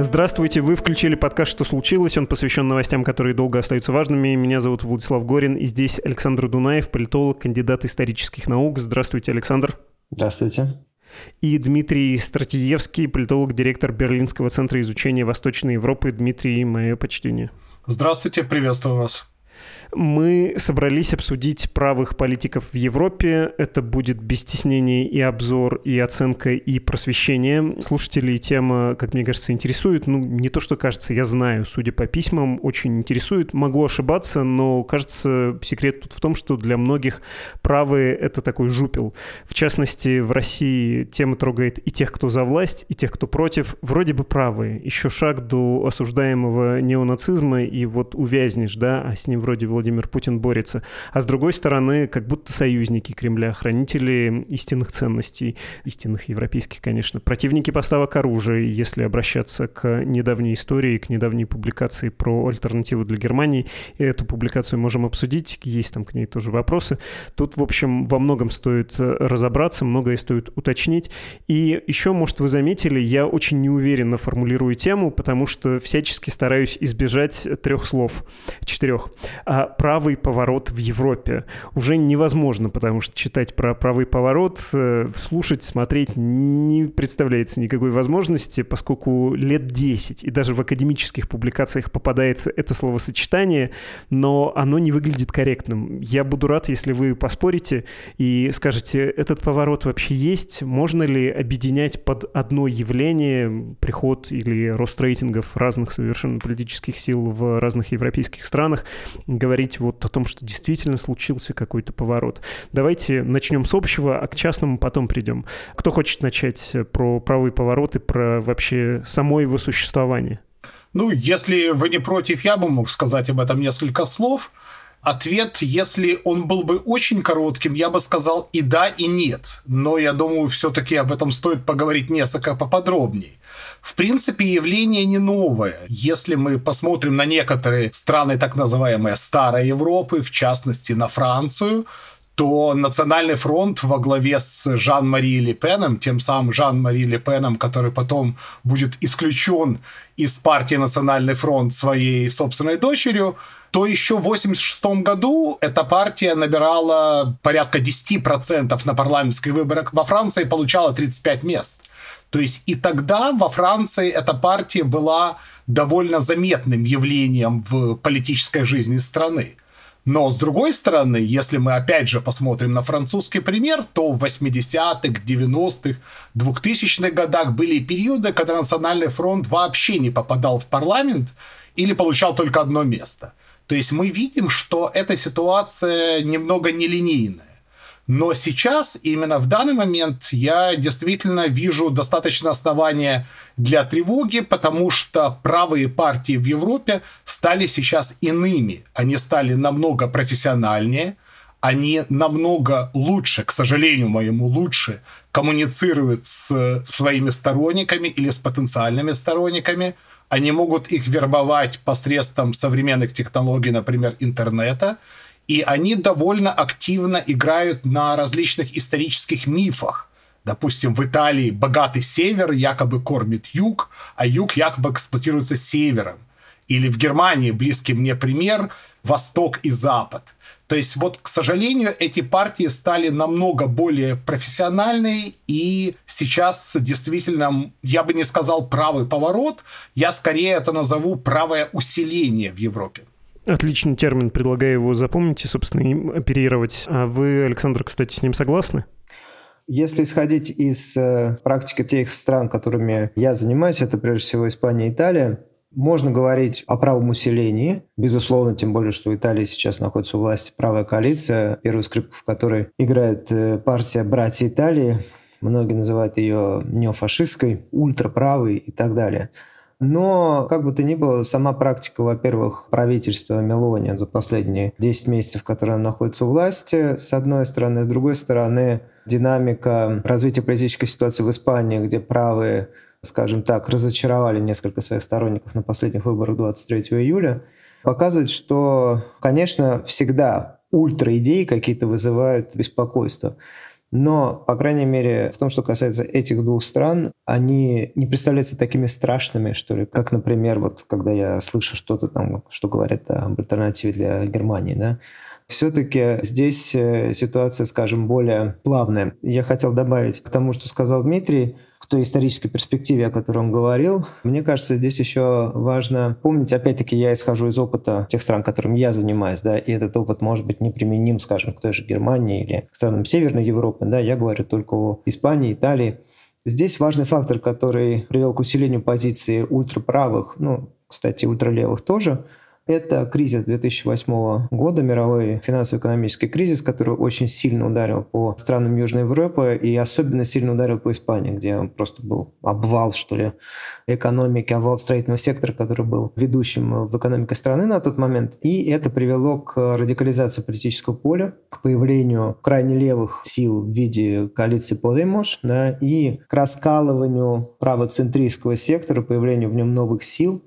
Здравствуйте, вы включили подкаст «Что случилось?». Он посвящен новостям, которые долго остаются важными. Меня зовут Владислав Горин, и здесь Александр Дунаев, политолог, кандидат исторических наук. Здравствуйте, Александр. Здравствуйте. И Дмитрий Стратиевский, политолог, директор Берлинского центра изучения Восточной Европы. Дмитрий, мое почтение. Здравствуйте, приветствую вас. Мы собрались обсудить правых политиков в Европе. Это будет без стеснения и обзор, и оценка, и просвещение. Слушателей тема, как мне кажется, интересует. Не то, что кажется, я знаю, судя по письмам, очень интересует. Могу ошибаться, но, кажется, секрет тут в том, что для многих правые — это такой жупел. В частности, в России тема трогает и тех, кто за власть, и тех, кто против. Вроде бы правые. Еще шаг до осуждаемого неонацизма, и вот увязнешь, да, а с ним вроде Владимир Путин борется. А с другой стороны, как будто союзники Кремля, хранители истинных ценностей, истинных европейских, конечно, противники поставок оружия, если обращаться к недавней истории, к недавней публикации про альтернативу для Германии. И эту публикацию можем обсудить, есть там к ней тоже вопросы. Тут, в общем, во многом стоит разобраться, многое стоит уточнить. И еще, может, вы заметили, я очень неуверенно формулирую тему, потому что всячески стараюсь избежать 3 слов, 4. Правый поворот в Европе уже невозможно, потому что читать про правый поворот, слушать, смотреть не представляется никакой возможности, поскольку лет 10, и даже в академических публикациях попадается это словосочетание, но оно не выглядит корректным. Я буду рад, если вы поспорите и скажете, этот поворот вообще есть, можно ли объединять под одно явление приход или рост рейтингов разных совершенно политических сил в разных европейских странах, говорить вот о том, что действительно случился какой-то поворот. Давайте начнем с общего, а к частному потом придем. Кто хочет начать про правый поворот и про вообще само его существование? Если вы не против, я бы мог сказать об этом несколько слов. Ответ, если он был бы очень коротким, я бы сказал и да, и нет. Но я думаю, все-таки об этом стоит поговорить несколько поподробнее. В принципе, явление не новое. Если мы посмотрим на некоторые страны так называемой Старой Европы, в частности на Францию, то Национальный фронт во главе с Жан-Мари Ле Пеном, тем самым Жан-Мари Ле Пеном, который потом будет исключен из партии Национальный фронт своей собственной дочерью, то еще в 1986 году эта партия набирала порядка 10% на парламентских выборах во Франции и получала 35 мест. То есть и тогда во Франции эта партия была довольно заметным явлением в политической жизни страны. Но, с другой стороны, если мы опять же посмотрим на французский пример, то в 80-х, 90-х, 2000-х годах были периоды, когда Национальный фронт вообще не попадал в парламент или получал только одно место. То есть мы видим, что эта ситуация немного нелинейная. Но сейчас, именно в данный момент, я действительно вижу достаточно основания для тревоги, потому что правые партии в Европе стали сейчас иными. Они стали намного профессиональнее, они намного лучше, к сожалению моему, лучше коммуницируют с своими сторонниками или с потенциальными сторонниками. Они могут их вербовать посредством современных технологий, например, интернета. И они довольно активно играют на различных исторических мифах. Допустим, в Италии богатый север якобы кормит юг, а юг якобы эксплуатируется севером. Или в Германии, близкий мне пример, восток и запад. То есть вот, к сожалению, эти партии стали намного более профессиональные, и сейчас действительно, я бы не сказал правый поворот, я скорее это назову правое усиление в Европе. Отличный термин, предлагаю его запомнить и, собственно, им оперировать. А вы, Александр, кстати, с ним согласны? Если исходить из практики тех стран, которыми я занимаюсь, это прежде всего Испания и Италия, можно говорить о правом усилении. Безусловно, тем более, что в Италии сейчас находится у власти правая коалиция, первую скрипку в которой играет партия «Братья Италии». Многие называют ее неофашистской, ультраправой и так далее. Но, как бы то ни было, сама практика, во-первых, правительства Мелони за последние 10 месяцев, которое она находится у власти, с одной стороны. С другой стороны, динамика развития политической ситуации в Испании, где правые, скажем так, разочаровали несколько своих сторонников на последних выборах 23 июля, показывает, что, конечно, всегда ультраидеи какие-то вызывают беспокойство. Но, по крайней мере, в том, что касается этих двух стран, они не представляются такими страшными, что ли, как, например, вот когда я слышу что-то там, что говорят об альтернативе для Германии, да. Все-таки здесь ситуация, скажем, более плавная. Я хотел добавить к тому, что сказал Дмитрий, к той исторической перспективе, о которой он говорил. Мне кажется, здесь еще важно помнить, опять-таки, я исхожу из опыта тех стран, которыми я занимаюсь, да, и этот опыт может быть неприменим, скажем, к той же Германии или к странам Северной Европы, да, я говорю только о Испании, Италии. Здесь важный фактор, который привел к усилению позиции ультраправых, ну, кстати, ультралевых тоже, это кризис 2008 года, мировой финансово-экономический кризис, который очень сильно ударил по странам Южной Европы и особенно сильно ударил по Испании, где просто был обвал, что ли, экономики, обвал строительного сектора, который был ведущим в экономике страны на тот момент. И это привело к радикализации политического поля, к появлению крайне левых сил в виде коалиции Podemos, да, и к раскалыванию правоцентристского сектора, появлению в нем новых сил.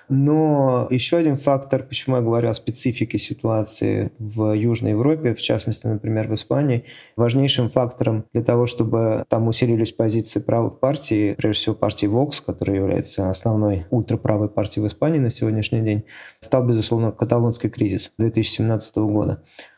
Но еще один фактор, почему я говорю о специфике ситуации в Южной Европе, в частности, например, в Испании, важнейшим фактором для того, чтобы там усилились позиции правых партий, прежде всего партии Vox, которая является основной ультраправой партией в Испании на сегодняшний день, стал, безусловно, каталонский кризис 2017 года.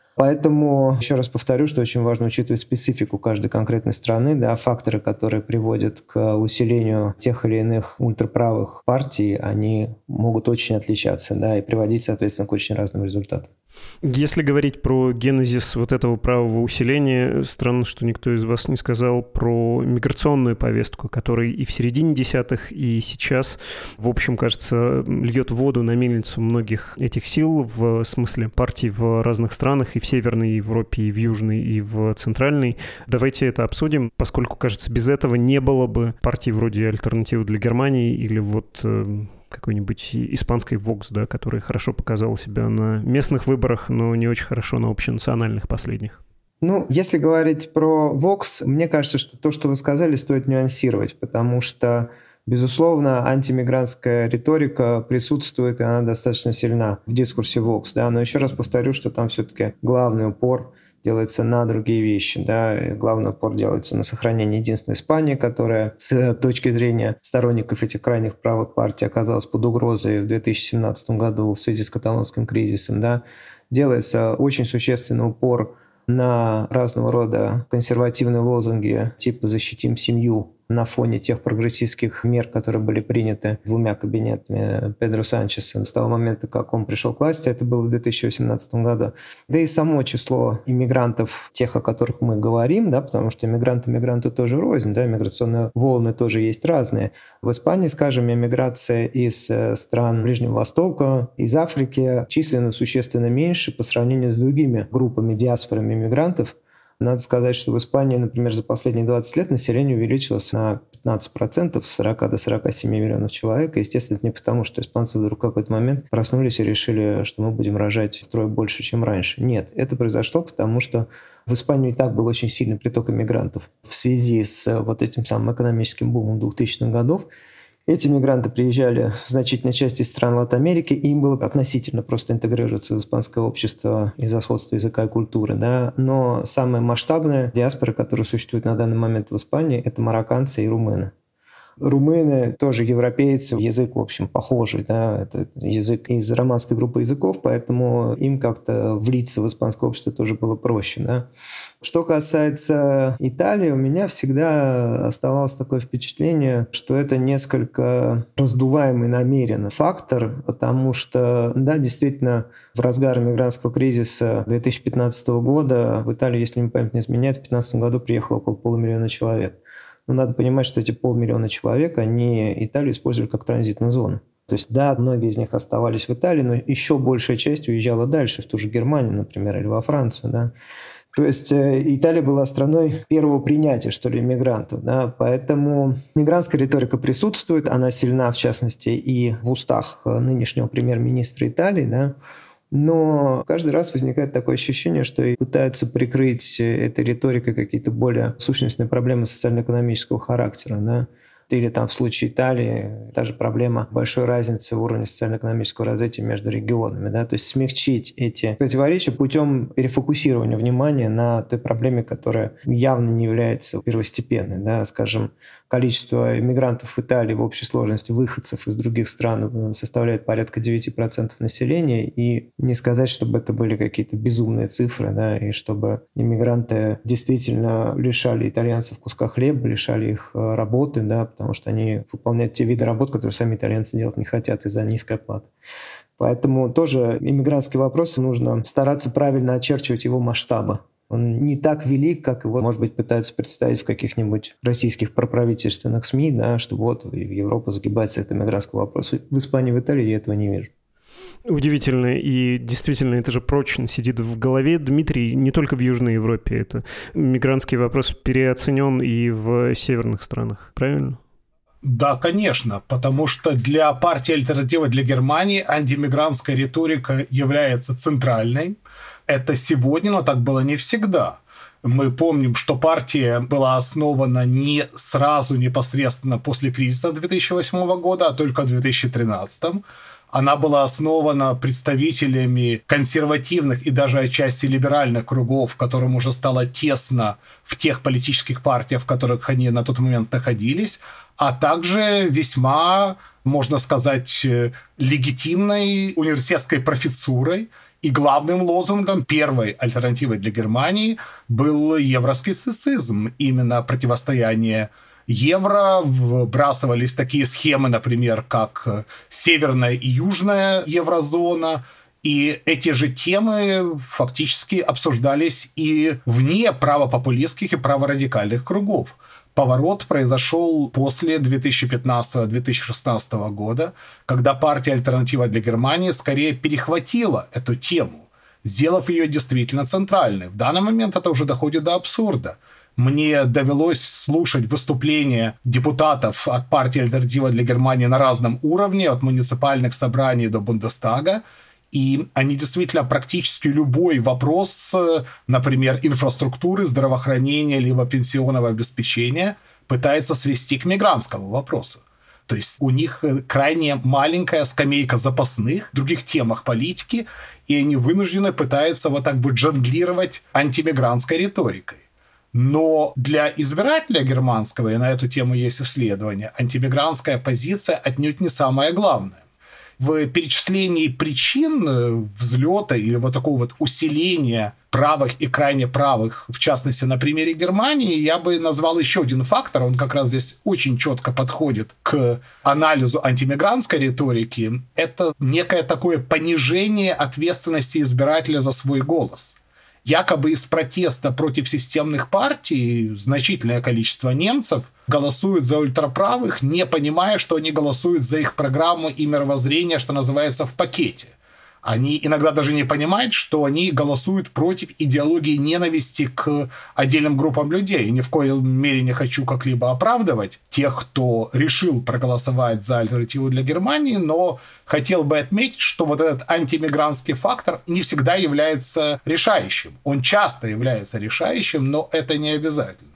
Поэтому еще раз повторю, что очень важно учитывать специфику каждой конкретной страны, да, факторы, которые приводят к усилению тех или иных ультраправых партий, они могут очень отличаться, да, и приводить, соответственно, к очень разным результатам. Если говорить про генезис вот этого правого усиления, странно, что никто из вас не сказал про миграционную повестку, которая и в середине десятых, и сейчас, в общем, кажется, льет воду на мельницу многих этих сил, в смысле партий в разных странах, и в Северной Европе, и в Южной, и в Центральной. Давайте это обсудим, поскольку, кажется, без этого не было бы партий вроде «Альтернативы для Германии» или вот какой-нибудь испанской Vox, да, которая хорошо показала себя на местных выборах, но не очень хорошо на общенациональных последних. Ну, если говорить про Vox, мне кажется, что то, что вы сказали, стоит нюансировать, потому что, безусловно, антимигрантская риторика присутствует, и она достаточно сильна в дискурсе Vox, да, но еще раз повторю, что там все-таки главный упор делается на другие вещи. Да? И главный упор делается на сохранение единства Испании, которая с точки зрения сторонников этих крайних правых партий оказалась под угрозой в 2017 году в связи с каталонским кризисом. Да? Делается очень существенный упор на разного рода консервативные лозунги типа «защитим семью» на фоне тех прогрессистских мер, которые были приняты двумя кабинетами Педро Санчеса с того момента, как он пришел к власти, это было в 2018 году. Да и само число иммигрантов, тех, о которых мы говорим, да, потому что иммигранты тоже рознь, да, миграционные волны тоже есть разные. В Испании, скажем, иммиграция из стран Ближнего Востока, из Африки численно существенно меньше по сравнению с другими группами диаспорами иммигрантов. Надо сказать, что в Испании, например, за последние 20 лет население увеличилось на 15%, с 40 до 47 миллионов человек. И, естественно, это не потому, что испанцы вдруг в какой-то момент проснулись и решили, что мы будем рожать втрое больше, чем раньше. Нет, это произошло потому, что в Испанию и так был очень сильный приток иммигрантов в связи с вот этим самым экономическим бумом 2000-х годов. Эти мигранты приезжали в значительной части из стран Латинской, и им было относительно просто интегрироваться в испанское общество из-за сходства языка и культуры. Да? Но самая масштабная диаспора, которая существует на данный момент в Испании, это марокканцы и румыны. Румыны тоже европейцы, язык, в общем, похожий, да, это язык из романской группы языков, поэтому им как-то влиться в испанское общество тоже было проще, да. Что касается Италии, у меня всегда оставалось такое впечатление, что это несколько раздуваемый намеренно фактор, потому что, да, действительно, в разгар мигрантского кризиса 2015 года в Италию, если мне память не изменяет, в 2015 году приехало около 500 000 человек. Но надо понимать, что эти 500 000 человек, они Италию использовали как транзитную зону. То есть, да, многие из них оставались в Италии, но еще большая часть уезжала дальше, в ту же Германию, например, или во Францию, да. То есть Италия была страной первого принятия, что ли, мигрантов, да, поэтому мигрантская риторика присутствует, она сильна, в частности, и в устах нынешнего премьер-министра Италии, да. Но каждый раз возникает такое ощущение, что и пытаются прикрыть этой риторикой какие-то более сущностные проблемы социально-экономического характера. Да? Или там в случае Италии та же проблема большой разницы в уровне социально-экономического развития между регионами. Да? То есть смягчить эти противоречия путем перефокусирования внимания на той проблеме, которая явно не является первостепенной. Да? Скажем, количество иммигрантов в Италии в общей сложности, выходцев из других стран, составляет порядка 9% населения. И не сказать, чтобы это были какие-то безумные цифры, да, и чтобы иммигранты действительно лишали итальянцев куска хлеба, лишали их работы, да, потому что они выполняют те виды работ, которые сами итальянцы делать не хотят из-за низкой оплаты. Поэтому тоже иммигрантский вопрос, нужно стараться правильно очерчивать его масштабы. Он не так велик, как его, может быть, пытаются представить в каких-нибудь российских проправительственных СМИ, да, что вот Европа загибается от иммигрантского вопроса. В Испании, в Италии я этого не вижу. Удивительно, и действительно это же прочно сидит в голове. Дмитрий, не только в Южной Европе, это мигрантский вопрос переоценен и в северных странах, правильно? Да, конечно, потому что для партии «Альтернатива для Германии» антимигрантская риторика является центральной. Это сегодня, но так было не всегда. Мы помним, что партия была основана не сразу непосредственно после кризиса 2008 года, а только в 2013. Она была основана представителями консервативных и даже отчасти либеральных кругов, которым уже стало тесно в тех политических партиях, в которых они на тот момент находились, а также весьма, можно сказать, легитимной университетской професорой. И главным лозунгом первой альтернативы для Германии был евроскептицизм, именно противостояние евро. Вбрасывались такие схемы, например, как северная и южная еврозона. И эти же темы фактически обсуждались и вне правопопулистских и праворадикальных кругов. Поворот произошел после 2015-2016 года, когда партия «Альтернатива для Германии» скорее перехватила эту тему, сделав ее действительно центральной. В данный момент это уже доходит до абсурда. Мне довелось слушать выступления депутатов от партии «Альтернатива для Германии» на разном уровне, от муниципальных собраний до Бундестага, и они действительно практически любой вопрос, например, инфраструктуры, здравоохранения, либо пенсионного обеспечения, пытаются свести к мигрантскому вопросу. То есть у них крайне маленькая скамейка запасных в других темах политики, и они вынуждены пытаются вот так вот жонглировать антимигрантской риторикой. Но для избирателя германского, и на эту тему есть исследования, антимигрантская позиция отнюдь не самое главное. В перечислении причин взлета или вот такого вот усиления правых и крайне правых, в частности, на примере Германии, я бы назвал еще один фактор, он как раз здесь очень четко подходит к анализу антимигрантской риторики, это некое такое понижение ответственности избирателя за свой голос. Якобы из протеста против системных партий значительное количество немцев голосуют за ультраправых, не понимая, что они голосуют за их программу и мировоззрение, что называется, в пакете. Они иногда даже не понимают, что они голосуют против идеологии ненависти к отдельным группам людей. И ни в коем мере не хочу как-либо оправдывать тех, кто решил проголосовать за альтернативу для Германии, но хотел бы отметить, что вот этот антимигрантский фактор не всегда является решающим. Он часто является решающим, но это не обязательно.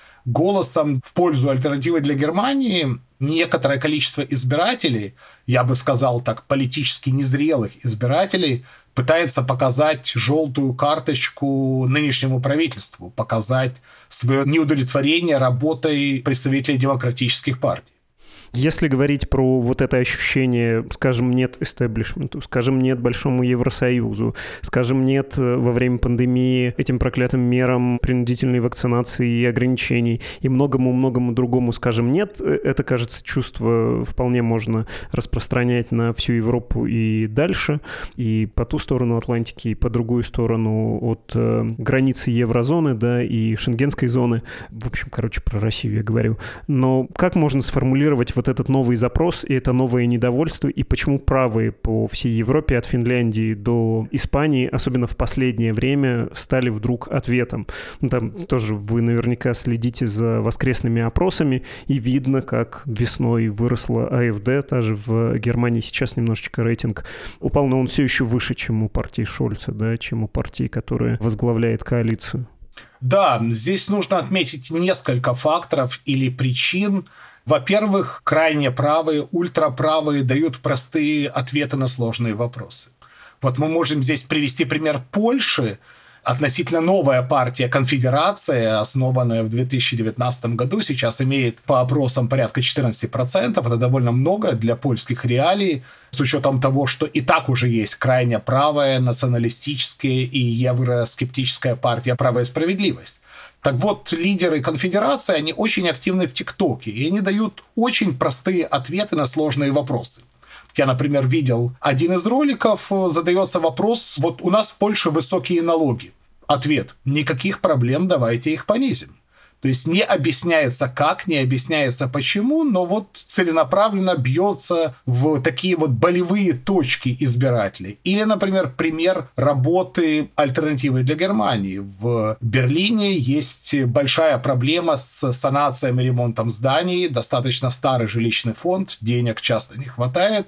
Голосом в пользу альтернативы для Германии некоторое количество избирателей, я бы сказал так, политически незрелых избирателей, пытается показать желтую карточку нынешнему правительству, показать свое неудовлетворение работой представителей демократических партий. Если говорить про вот это ощущение, скажем, нет истеблишменту, скажем, нет большому Евросоюзу, скажем, нет во время пандемии этим проклятым мерам принудительной вакцинации и ограничений, и многому-многому другому, скажем, нет, это, кажется, чувство вполне можно распространять на всю Европу и дальше, и по ту сторону Атлантики, и по другую сторону от границы еврозоны, да, и шенгенской зоны. В общем, короче, про Россию я говорю. Но как можно сформулировать вот этот новый запрос и это новое недовольство, и почему правые по всей Европе, от Финляндии до Испании, особенно в последнее время, стали вдруг ответом? Ну, там тоже вы наверняка следите за воскресными опросами, и видно, как весной выросла АФД, даже в Германии сейчас немножечко рейтинг упал, но он все еще выше, чем у партии Шольца, да, чем у партии, которая возглавляет коалицию. Да, здесь нужно отметить несколько факторов или причин. Во-первых, крайне правые, ультраправые дают простые ответы на сложные вопросы. Вот мы можем здесь привести пример Польши. Относительно новая партия «Конфедерация», основанная в 2019 году, сейчас имеет по опросам порядка 14%. Это довольно много для польских реалий, с учетом того, что и так уже есть крайне правая, националистическая и евроскептическая партия «Право и справедливость». Так вот, лидеры конфедерации, они очень активны в ТикТоке, и они дают очень простые ответы на сложные вопросы. Я, например, видел один из роликов, задается вопрос, вот у нас в Польше высокие налоги. Ответ: никаких проблем, давайте их понизим. То есть не объясняется как, не объясняется почему, но вот целенаправленно бьется в такие вот болевые точки избирателей. Или, например, пример работы «Альтернативы для Германии». В Берлине есть большая проблема с санацией и ремонтом зданий, достаточно старый жилищный фонд, денег часто не хватает.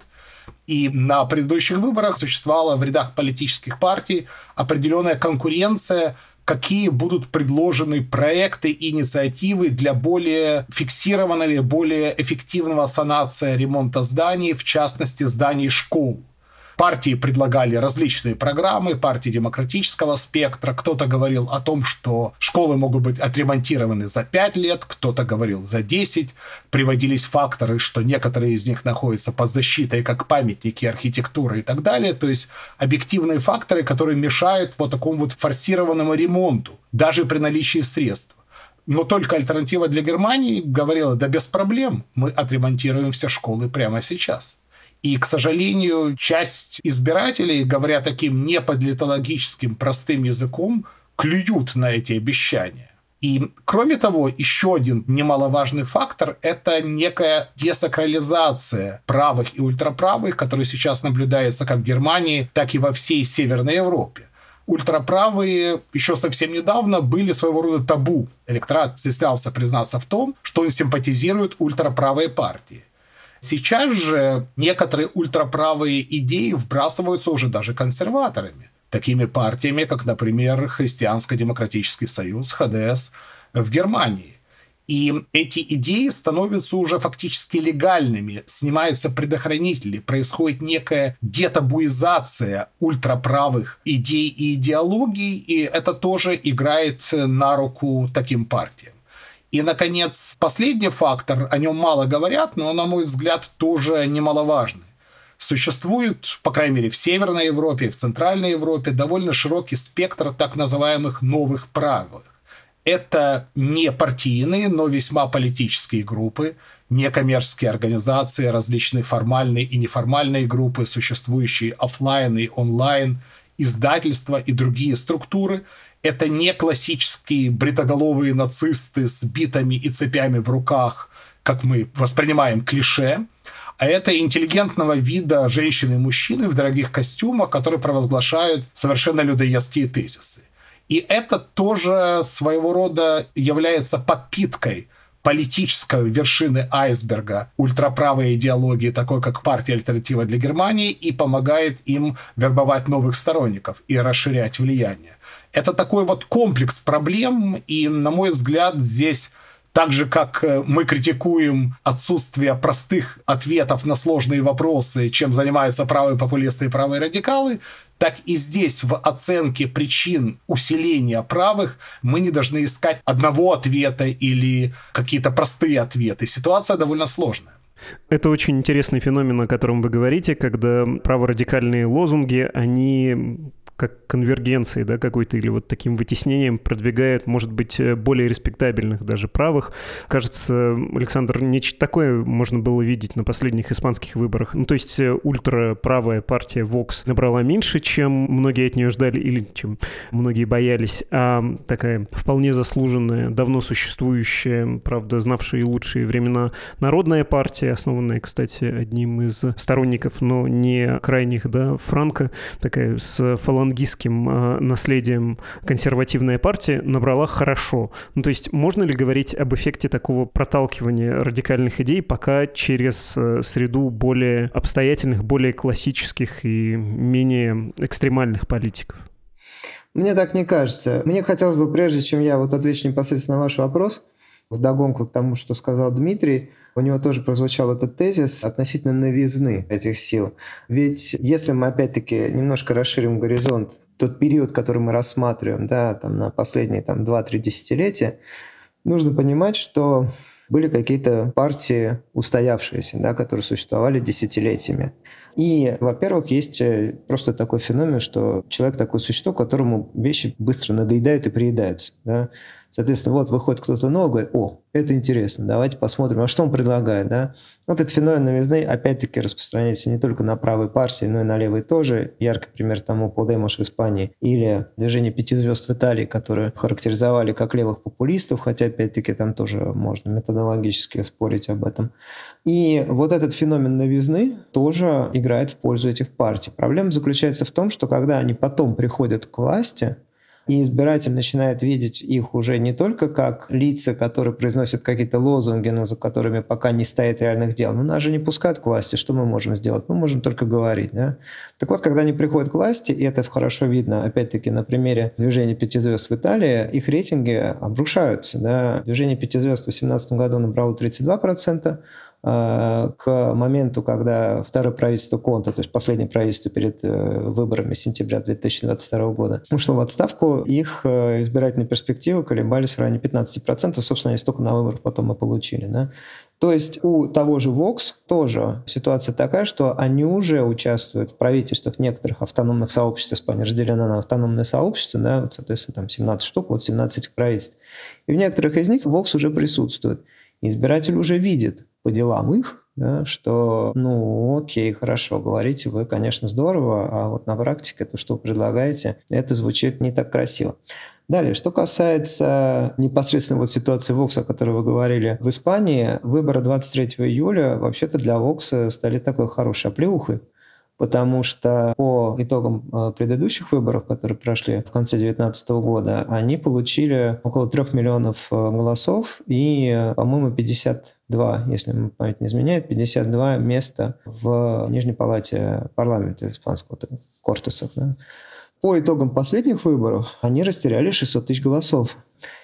И на предыдущих выборах существовала в рядах политических партий определенная конкуренция, какие будут предложены проекты и инициативы для более фиксированного, более эффективного санации ремонта зданий, в частности, зданий школ. Партии предлагали различные программы, партии демократического спектра. Кто-то говорил о том, что школы могут быть отремонтированы за 5 лет, кто-то говорил за 10. Приводились факторы, что некоторые из них находятся под защитой как памятники архитектуры и так далее. То есть объективные факторы, которые мешают вот такому вот форсированному ремонту, даже при наличии средств. Но только «Альтернатива для Германии» говорила: да без проблем, мы отремонтируем все школы прямо сейчас. И, к сожалению, часть избирателей, говоря таким неполитологическим простым языком, клюют на эти обещания. И, кроме того, еще один немаловажный фактор – это некая десакрализация правых и ультраправых, которая сейчас наблюдается как в Германии, так и во всей Северной Европе. Ультраправые еще совсем недавно были своего рода табу. Электорат стеснялся признаться в том, что он симпатизирует ультраправой партии. Сейчас же некоторые ультраправые идеи вбрасываются уже даже консерваторами, такими партиями, как, например, Христианско-демократический союз, ХДС, в Германии. И эти идеи становятся уже фактически легальными, снимаются предохранители, происходит некая детабуизация ультраправых идей и идеологий, и это тоже играет на руку таким партиям. И, наконец, последний фактор, о нем мало говорят, но, на мой взгляд, тоже немаловажный. Существует, по крайней мере, в Северной Европе и в Центральной Европе довольно широкий спектр так называемых новых правых. Это не партийные, но весьма политические группы, некоммерческие организации, различные формальные и неформальные группы, существующие офлайн и онлайн, издательства и другие структуры. Это не классические бритоголовые нацисты с битами и цепями в руках, как мы воспринимаем клише, а это интеллигентного вида женщины и мужчины в дорогих костюмах, которые провозглашают совершенно людоедские тезисы. И это тоже своего рода является подпиткой политической вершины айсберга ультраправой идеологии, такой как партия «Альтернатива для Германии», и помогает им вербовать новых сторонников и расширять влияние. Это такой вот комплекс проблем, и, на мой взгляд, здесь так же, как мы критикуем отсутствие простых ответов на сложные вопросы, чем занимаются правые популисты и правые радикалы, так и здесь в оценке причин усиления правых мы не должны искать одного ответа или какие-то простые ответы. Ситуация довольно сложная. Это очень интересный феномен, о котором вы говорите, когда праворадикальные лозунги, они как конвергенцией, да, какой-то, или вот таким вытеснением продвигают, может быть, более респектабельных даже правых. Кажется, Александр, нечто такое можно было видеть на последних испанских выборах. Ну, то есть ультраправая партия Vox набрала меньше, чем многие от нее ждали, или чем многие боялись, а такая вполне заслуженная, давно существующая, правда, знавшая и лучшие времена народная партия, основанная, кстати, одним из сторонников, но не крайних, да, Франко, такая с фалангистским наследием консервативная партия, набрала хорошо. Ну, то есть можно ли говорить об эффекте такого проталкивания радикальных идей пока через среду более обстоятельных, более классических и менее экстремальных политиков? Мне так не кажется. Мне хотелось бы, прежде чем я вот отвечу непосредственно на ваш вопрос, Вдогонку к тому, что сказал Дмитрий, у него тоже прозвучал этот тезис относительно новизны этих сил. Ведь если мы опять-таки немножко расширим горизонт, тот период, который мы рассматриваем, да, там, на последние 2-3 десятилетия, нужно понимать, что были какие-то партии устоявшиеся, да, которые существовали десятилетиями. И, во-первых, есть просто такой феномен, что человек такое существо, которому вещи быстро надоедают и приедаются. Да? Соответственно, вот выходит кто-то новый, говорит: о, это интересно, давайте посмотрим, а что он предлагает. Да? Вот этот феномен новизны опять-таки распространяется не только на правые партии, но и на левые тоже. Яркий пример тому Podemos в Испании или движение 5 звезд в Италии, которые характеризовали как левых популистов, хотя опять-таки там тоже можно методологически спорить об этом. И вот этот феномен новизны тоже играет в пользу этих партий. Проблема заключается в том, что когда они потом приходят к власти, и избиратель начинает видеть их уже не только как лица, которые произносят какие-то лозунги, но за которыми пока не стоит реальных дел. Но нас же не пускают к власти, что мы можем сделать? Мы можем только говорить. Да? Так вот, когда они приходят к власти, и это хорошо видно, опять-таки, на примере движения 5 звезд в Италии, их рейтинги обрушаются. Да? Движение 5 звезд в 2018 году набрало 32%, к моменту, когда второе правительство Конте, то есть последнее правительство перед выборами сентября 2022 года, ушло в отставку, их избирательные перспективы колебались в районе 15%, собственно, они столько на выборах потом и получили. Да? То есть у того же Vox тоже ситуация такая, что они уже участвуют в правительствах некоторых автономных сообществ. Испания разделена на автономные сообщества, да, вот, соответственно, там 17 штук, вот 17 этих правительств. И в некоторых из них Vox уже присутствует. И избиратель уже видит по делам их, да, что, ну, окей, хорошо, говорите вы, конечно, здорово, а вот на практике то, что вы предлагаете, это звучит не так красиво. Далее, что касается непосредственно вот ситуации Vox, о которой вы говорили в Испании, выборы 23 июля вообще-то для Vox стали такой хорошей оплеухой, потому что по итогам предыдущих выборов, которые прошли в конце 2019 года, они получили около 3 миллионов голосов и, по-моему, 52, если мне память не изменяет, 52 места в Нижней палате парламента испанского, Кортеса. Да. По итогам последних выборов они растеряли 600 тысяч голосов.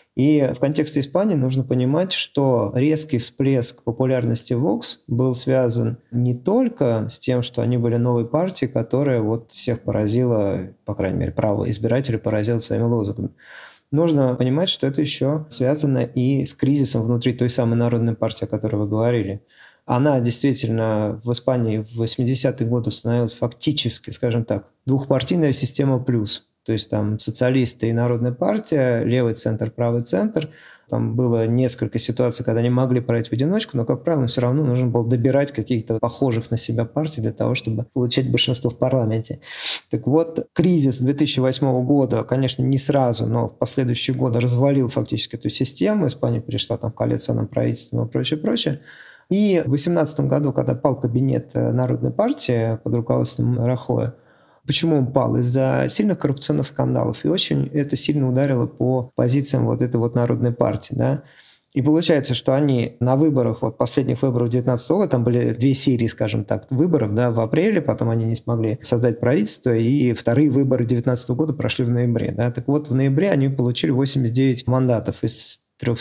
И в контексте Испании нужно понимать, что резкий всплеск популярности Vox был связан не только с тем, что они были новой партией, которая вот всех поразила, по крайней мере, правых избирателей поразила своими лозунгами. Нужно понимать, что это еще связано и с кризисом внутри той самой народной партии, о которой вы говорили. Она действительно в Испании в 80-е годы становилась фактически, скажем так, двухпартийная система плюс. То есть там социалисты и Народная партия, левый центр, правый центр. Там было несколько ситуаций, когда они могли править в одиночку, но, как правило, все равно нужно было добирать каких-то похожих на себя партий для того, чтобы получать большинство в парламенте. Так вот, кризис 2008 года, конечно, не сразу, но в последующие годы развалил фактически эту систему. Испания перешла там к коалиционным правительствам и прочее. И в 2018 году, когда пал кабинет Народной партии под руководством Рахоя, почему он пал? Из-за сильных коррупционных скандалов. И очень это сильно ударило по позициям вот этой вот Народной партии. Да? И получается, что они на выборах, вот последних выборах 2019 года, там были 2 серии, скажем так, выборов, да, в апреле, потом они не смогли создать правительство, и вторые выборы 2019 года прошли в ноябре. Да? Так вот, в ноябре они получили 89 мандатов из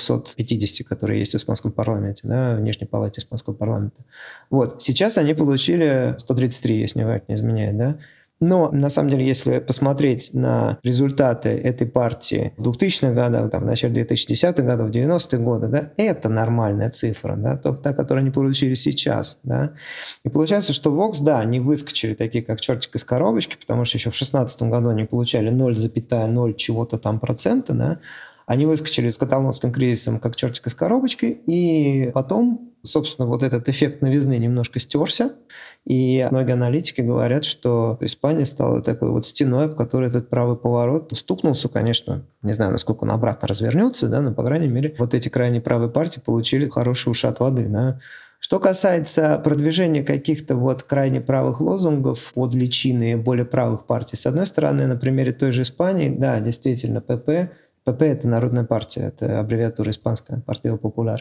350, которые есть в испанском парламенте, да, в Нижней палате испанского парламента. Вот. Сейчас они получили 133, если мне память не изменяет, да. Но, на самом деле, если посмотреть на результаты этой партии в 2000-х годах, там, в начале 2010-х годов, в 90-е годы, да, это нормальная цифра, да, та, которую они получили сейчас. Да. И получается, что Vox, да, они выскочили такие, как чертик из коробочки, потому что еще в 2016 году они получали 0,0 чего-то там процента, да. Они выскочили с каталонским кризисом как чертик из коробочки, и потом, собственно, вот этот эффект новизны немножко стерся, и многие аналитики говорят, что Испания стала такой вот стеной, об которой этот правый поворот стукнулся, конечно, не знаю, насколько он обратно развернется, да, но, по крайней мере, вот эти крайне правые партии получили хороший ушат воды, да. Что касается продвижения каких-то вот крайне правых лозунгов под личины более правых партий, с одной стороны, на примере той же Испании, да, действительно, ПП – это Народная партия, это аббревиатура испанская, Партия Популяр.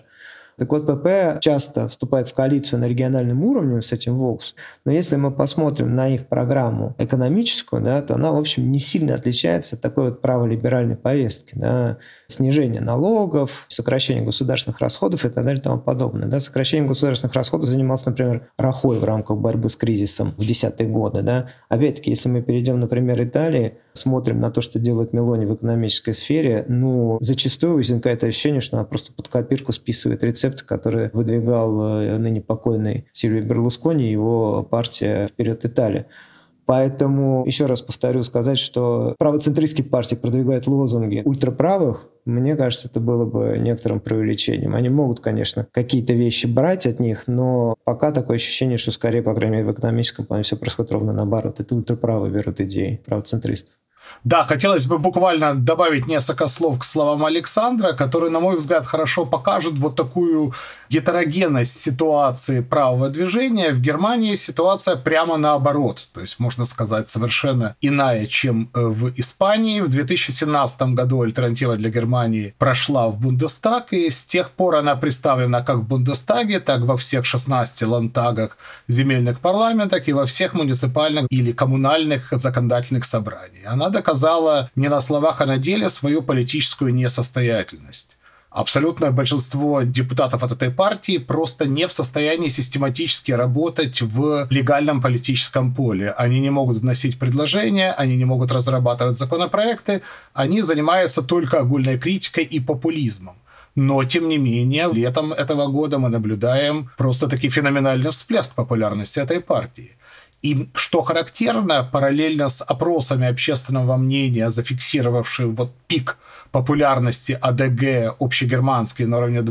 Так вот, ПП часто вступает в коалицию на региональном уровне с этим Vox, но если мы посмотрим на их программу экономическую, да, то она, в общем, не сильно отличается от такой вот праволиберальной повестки. Да. Снижение налогов, сокращение государственных расходов и так далее и тому подобное. Да. Сокращением государственных расходов занимался, например, Рахой в рамках борьбы с кризисом в 10-е годы. Да. Опять-таки, если мы перейдем, например, Италии, смотрим на то, что делает Мелони в экономической сфере, зачастую возникает ощущение, что она просто под копирку списывает рецепты, которые выдвигал ныне покойный Сильвио Берлускони и его партия «Вперед, Италия». Поэтому, еще раз повторю, сказать, что правоцентристские партии продвигают лозунги ультраправых, мне кажется, это было бы некоторым преувеличением. Они могут, конечно, какие-то вещи брать от них, но пока такое ощущение, что скорее, по крайней мере, в экономическом плане все происходит ровно наоборот. Это ультраправые берут идеи правоцентристов. Да, хотелось бы буквально добавить несколько слов к словам Александра, которые, на мой взгляд, хорошо покажут вот такую гетерогенность ситуации правого движения. В Германии ситуация прямо наоборот. То есть, можно сказать, совершенно иная, чем в Испании. В 2017 году альтернатива для Германии прошла в Бундестаг, и с тех пор она представлена как в Бундестаге, так во всех 16 ландтагах земельных парламентах и во всех муниципальных или коммунальных законодательных собраниях. Она доказала не на словах, а на деле свою политическую несостоятельность. Абсолютное большинство депутатов от этой партии просто не в состоянии систематически работать в легальном политическом поле. Они не могут вносить предложения, они не могут разрабатывать законопроекты, они занимаются только огульной критикой и популизмом. Но, тем не менее, летом этого года мы наблюдаем просто-таки феноменальный всплеск популярности этой партии. И что характерно, параллельно с опросами общественного мнения, зафиксировавшим вот пик популярности АДГ общегерманской на уровне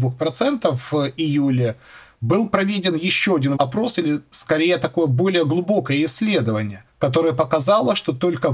22% в июле, был проведен еще один опрос, или скорее такое более глубокое исследование, которое показало, что только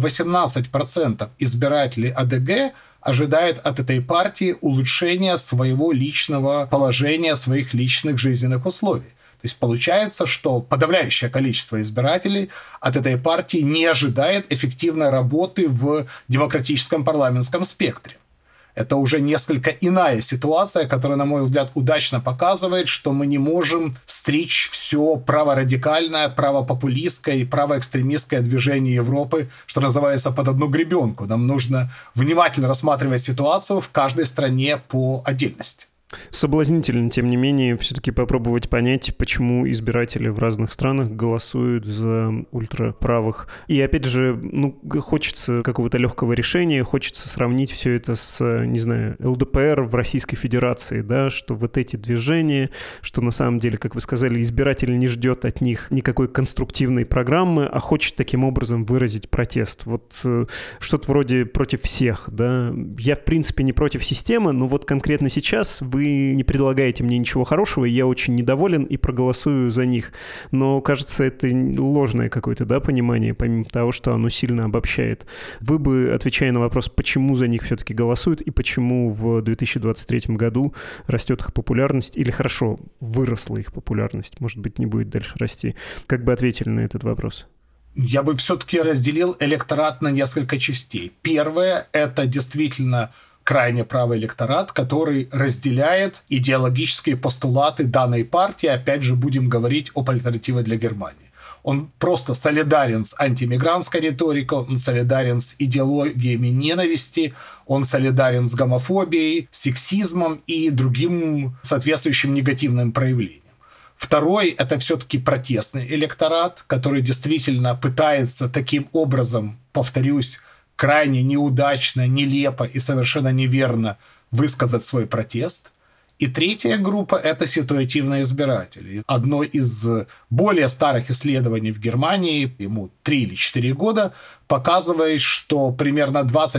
18% избирателей АДГ ожидают от этой партии улучшения своего личного положения, своих личных жизненных условий. То есть получается, что подавляющее количество избирателей от этой партии не ожидает эффективной работы в демократическом парламентском спектре. Это уже несколько иная ситуация, которая, на мой взгляд, удачно показывает, что мы не можем стричь все праворадикальное, правопопулистское и правоэкстремистское движение Европы, что называется, под одну гребенку. Нам нужно внимательно рассматривать ситуацию в каждой стране по отдельности. Соблазнительно, тем не менее, все-таки попробовать понять, почему избиратели в разных странах голосуют за ультраправых. И опять же, хочется какого-то легкого решения, хочется сравнить все это с, не знаю, ЛДПР в Российской Федерации, да, что вот эти движения, что на самом деле, как вы сказали, избиратель не ждет от них никакой конструктивной программы, а хочет таким образом выразить протест. Вот что-то вроде против всех, да. Я, в принципе, не против системы, но вот конкретно сейчас вы не предлагаете мне ничего хорошего, я очень недоволен и проголосую за них. Но, кажется, это ложное какое-то, да, понимание, помимо того, что оно сильно обобщает. Вы бы, отвечая на вопрос, почему за них все-таки голосуют и почему в 2023 году растет их популярность, или хорошо, выросла их популярность, может быть, не будет дальше расти, как бы ответили на этот вопрос? Я бы все-таки разделил электорат на несколько частей. Первое – это действительно крайне правый электорат, который разделяет идеологические постулаты данной партии. Опять же, будем говорить об альтернативе для Германии. Он просто солидарен с антимигрантской риторикой, он солидарен с идеологиями ненависти, он солидарен с гомофобией, сексизмом и другим соответствующим негативным проявлением. Второй – это все-таки протестный электорат, который действительно пытается таким образом, повторюсь, крайне неудачно, нелепо и совершенно неверно высказать свой протест. И третья группа – это ситуативные избиратели. Одно из более старых исследований в Германии, ему 3 или 4 года, показывает, что примерно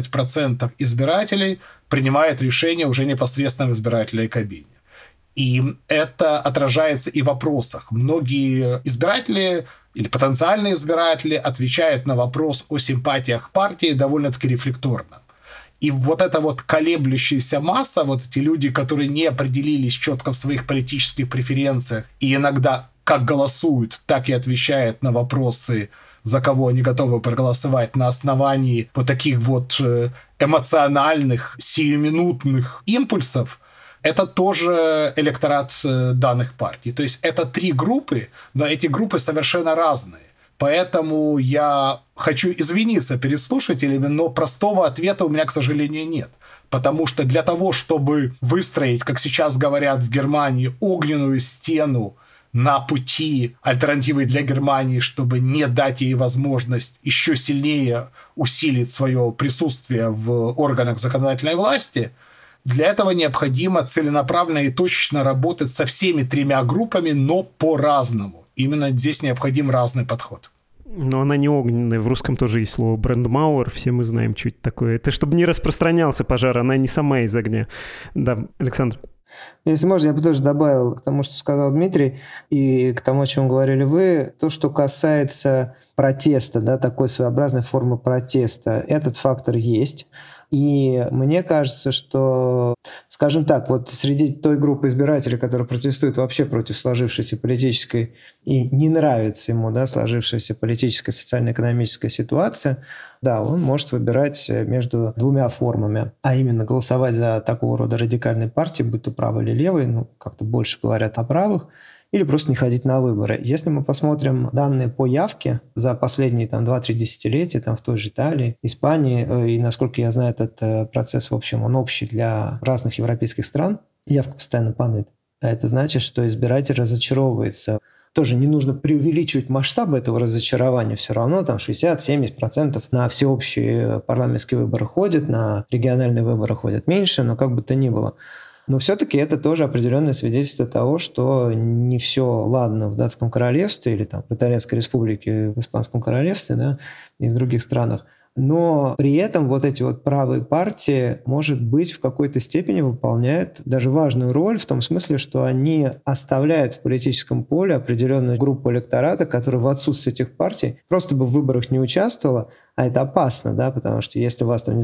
20% избирателей принимают решение уже непосредственно в избирательной кабине. И это отражается и в вопросах. Многие избиратели или потенциальные избиратели отвечают на вопрос о симпатиях партии довольно-таки рефлекторно. И вот эта вот колеблющаяся масса, вот эти люди, которые не определились четко в своих политических преференциях и иногда как голосуют, так и отвечают на вопросы, за кого они готовы проголосовать на основании вот таких вот эмоциональных, сиюминутных импульсов, это тоже электорат данных партий. То есть это 3 группы, но эти группы совершенно разные. Поэтому я хочу извиниться перед слушателями, но простого ответа у меня, к сожалению, нет. Потому что для того, чтобы выстроить, как сейчас говорят в Германии, огненную стену на пути альтернативы для Германии, чтобы не дать ей возможность еще сильнее усилить свое присутствие в органах законодательной власти, для этого необходимо целенаправленно и точечно работать со всеми 3 группами, но по-разному. Именно здесь необходим разный подход. Но она не огненная. В русском тоже есть слово «брандмауэр». Все мы знаем, что это такое. Это чтобы не распространялся пожар, она не сама из огня. Да, Александр. Если можно, я бы тоже добавил к тому, что сказал Дмитрий, и к тому, о чем говорили вы, то, что касается протеста, да, такой своеобразной формы протеста, этот фактор есть. И мне кажется, что, скажем так, вот среди той группы избирателей, которые протестуют вообще против сложившейся политической и не нравится ему, да, сложившаяся политическая, социально-экономическая ситуация, да, он может выбирать между 2 формами, а именно голосовать за такого рода радикальные партии, будь то правый или левый, ну, как-то больше говорят о правых, или просто не ходить на выборы. Если мы посмотрим данные по явке за последние 2-3 десятилетия в той же Италии, Испании, и, насколько я знаю, этот процесс, в общем, он общий для разных европейских стран, явка постоянно падает. А это значит, что избиратель разочаровывается. Тоже не нужно преувеличивать масштабы этого разочарования. Все равно 60-70% на всеобщие парламентские выборы ходят, на региональные выборы ходят меньше, но как бы то ни было. Но все-таки это тоже определенное свидетельство того, что не все ладно в Датском королевстве или в Итальянской республике, в Испанском королевстве, да, и в других странах. Но при этом вот эти вот правые партии, может быть, в какой-то степени выполняют даже важную роль в том смысле, что они оставляют в политическом поле определенную группу электората, которая в отсутствии этих партий просто бы в выборах не участвовала, а это опасно, да, потому что если у вас,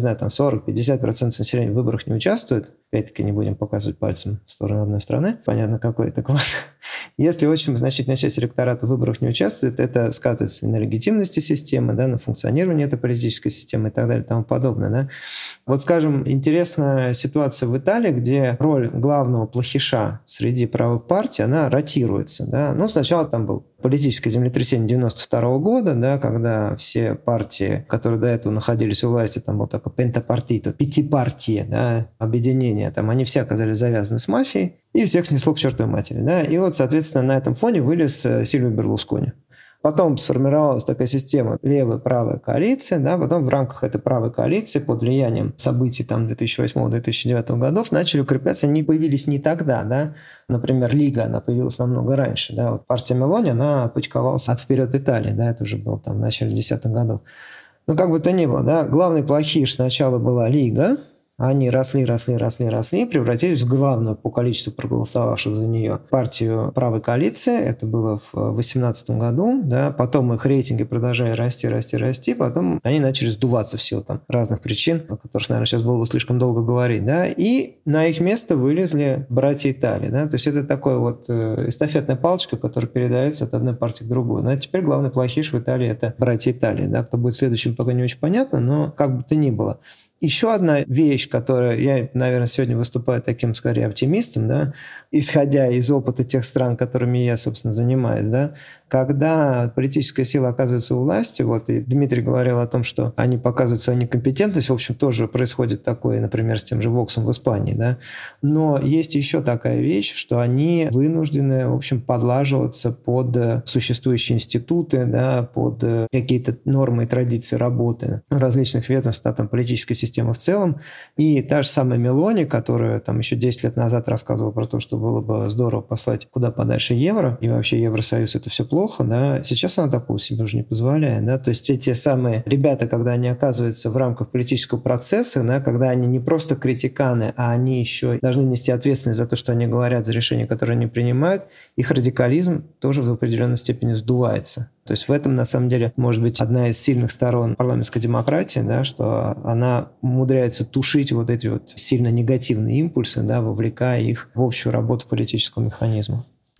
40-50% населения в выборах не участвует, опять-таки не будем показывать пальцем в сторону одной страны, понятно какой, так вот, если очень значительная часть электората в выборах не участвует, это сказывается на легитимности системы, да, на функционировании этой политической системы и так далее и тому подобное. Да. Вот, скажем, интересная ситуация в Италии, где роль главного плохиша среди правых партий, она ротируется. Да. Ну, сначала там был политическое землетрясение 92 года, да, когда все партии, которые до этого находились у власти, там был такой пентапартито, 5-партия, да, объединение, там они все оказались завязаны с мафией, и всех снесло к чертовой матери. Да. И вот, соответственно, на этом фоне вылез Сильвио Берлускони. Потом сформировалась такая система левая-правая коалиция, да, потом в рамках этой правой коалиции под влиянием событий 2008-2009 годов начали укрепляться, они появились не тогда, да, например, Лига, она появилась намного раньше, да, вот партия Мелони, она отпочковалась от «Вперед Италии», да, это уже было в начале 10-х годов. Но как бы то ни было, да, главный плохиш сначала была Лига, они росли, превратились в главную по количеству проголосовавших за нее партию правой коалиции. Это было в 2018 году. Да. Потом их рейтинги продолжали расти. Потом они начали сдуваться в силу разных причин, о которых, наверное, сейчас было бы слишком долго говорить. Да. И на их место вылезли братья Италии. Да. То есть это такая вот эстафетная палочка, которая передается от одной партии к другой. Но теперь главный плохиш в Италии – это братья Италии. Да. Кто будет следующим, пока не очень понятно, но как бы то ни было. Еще одна вещь, которая я, наверное, сегодня выступаю таким, скорее, оптимистом, да, исходя из опыта тех стран, которыми я, собственно, занимаюсь, да, когда политическая сила оказывается у власти, вот, и Дмитрий говорил о том, что они показывают свою некомпетентность, в общем, тоже происходит такое, например, с тем же Воксом в Испании, да, но есть еще такая вещь, что они вынуждены, в общем, подлаживаться под существующие институты, да, под какие-то нормы и традиции работы различных ведомств, да, политической системы в целом. И та же самая Мелони, которая еще 10 лет назад рассказывала про то, что было бы здорово послать куда подальше евро, и вообще Евросоюз это все плохо, да, сейчас она такого себе уже не позволяет. Да? То есть те самые ребята, когда они оказываются в рамках политического процесса, да, когда они не просто критиканы, а они еще должны нести ответственность за то, что они говорят, за решения, которые они принимают, их радикализм тоже в определенной степени сдувается. То есть в этом, на самом деле, может быть одна из сильных сторон парламентской демократии, да, что она умудряется тушить вот эти вот сильно негативные импульсы, да, вовлекая их в общую работу политического механизма.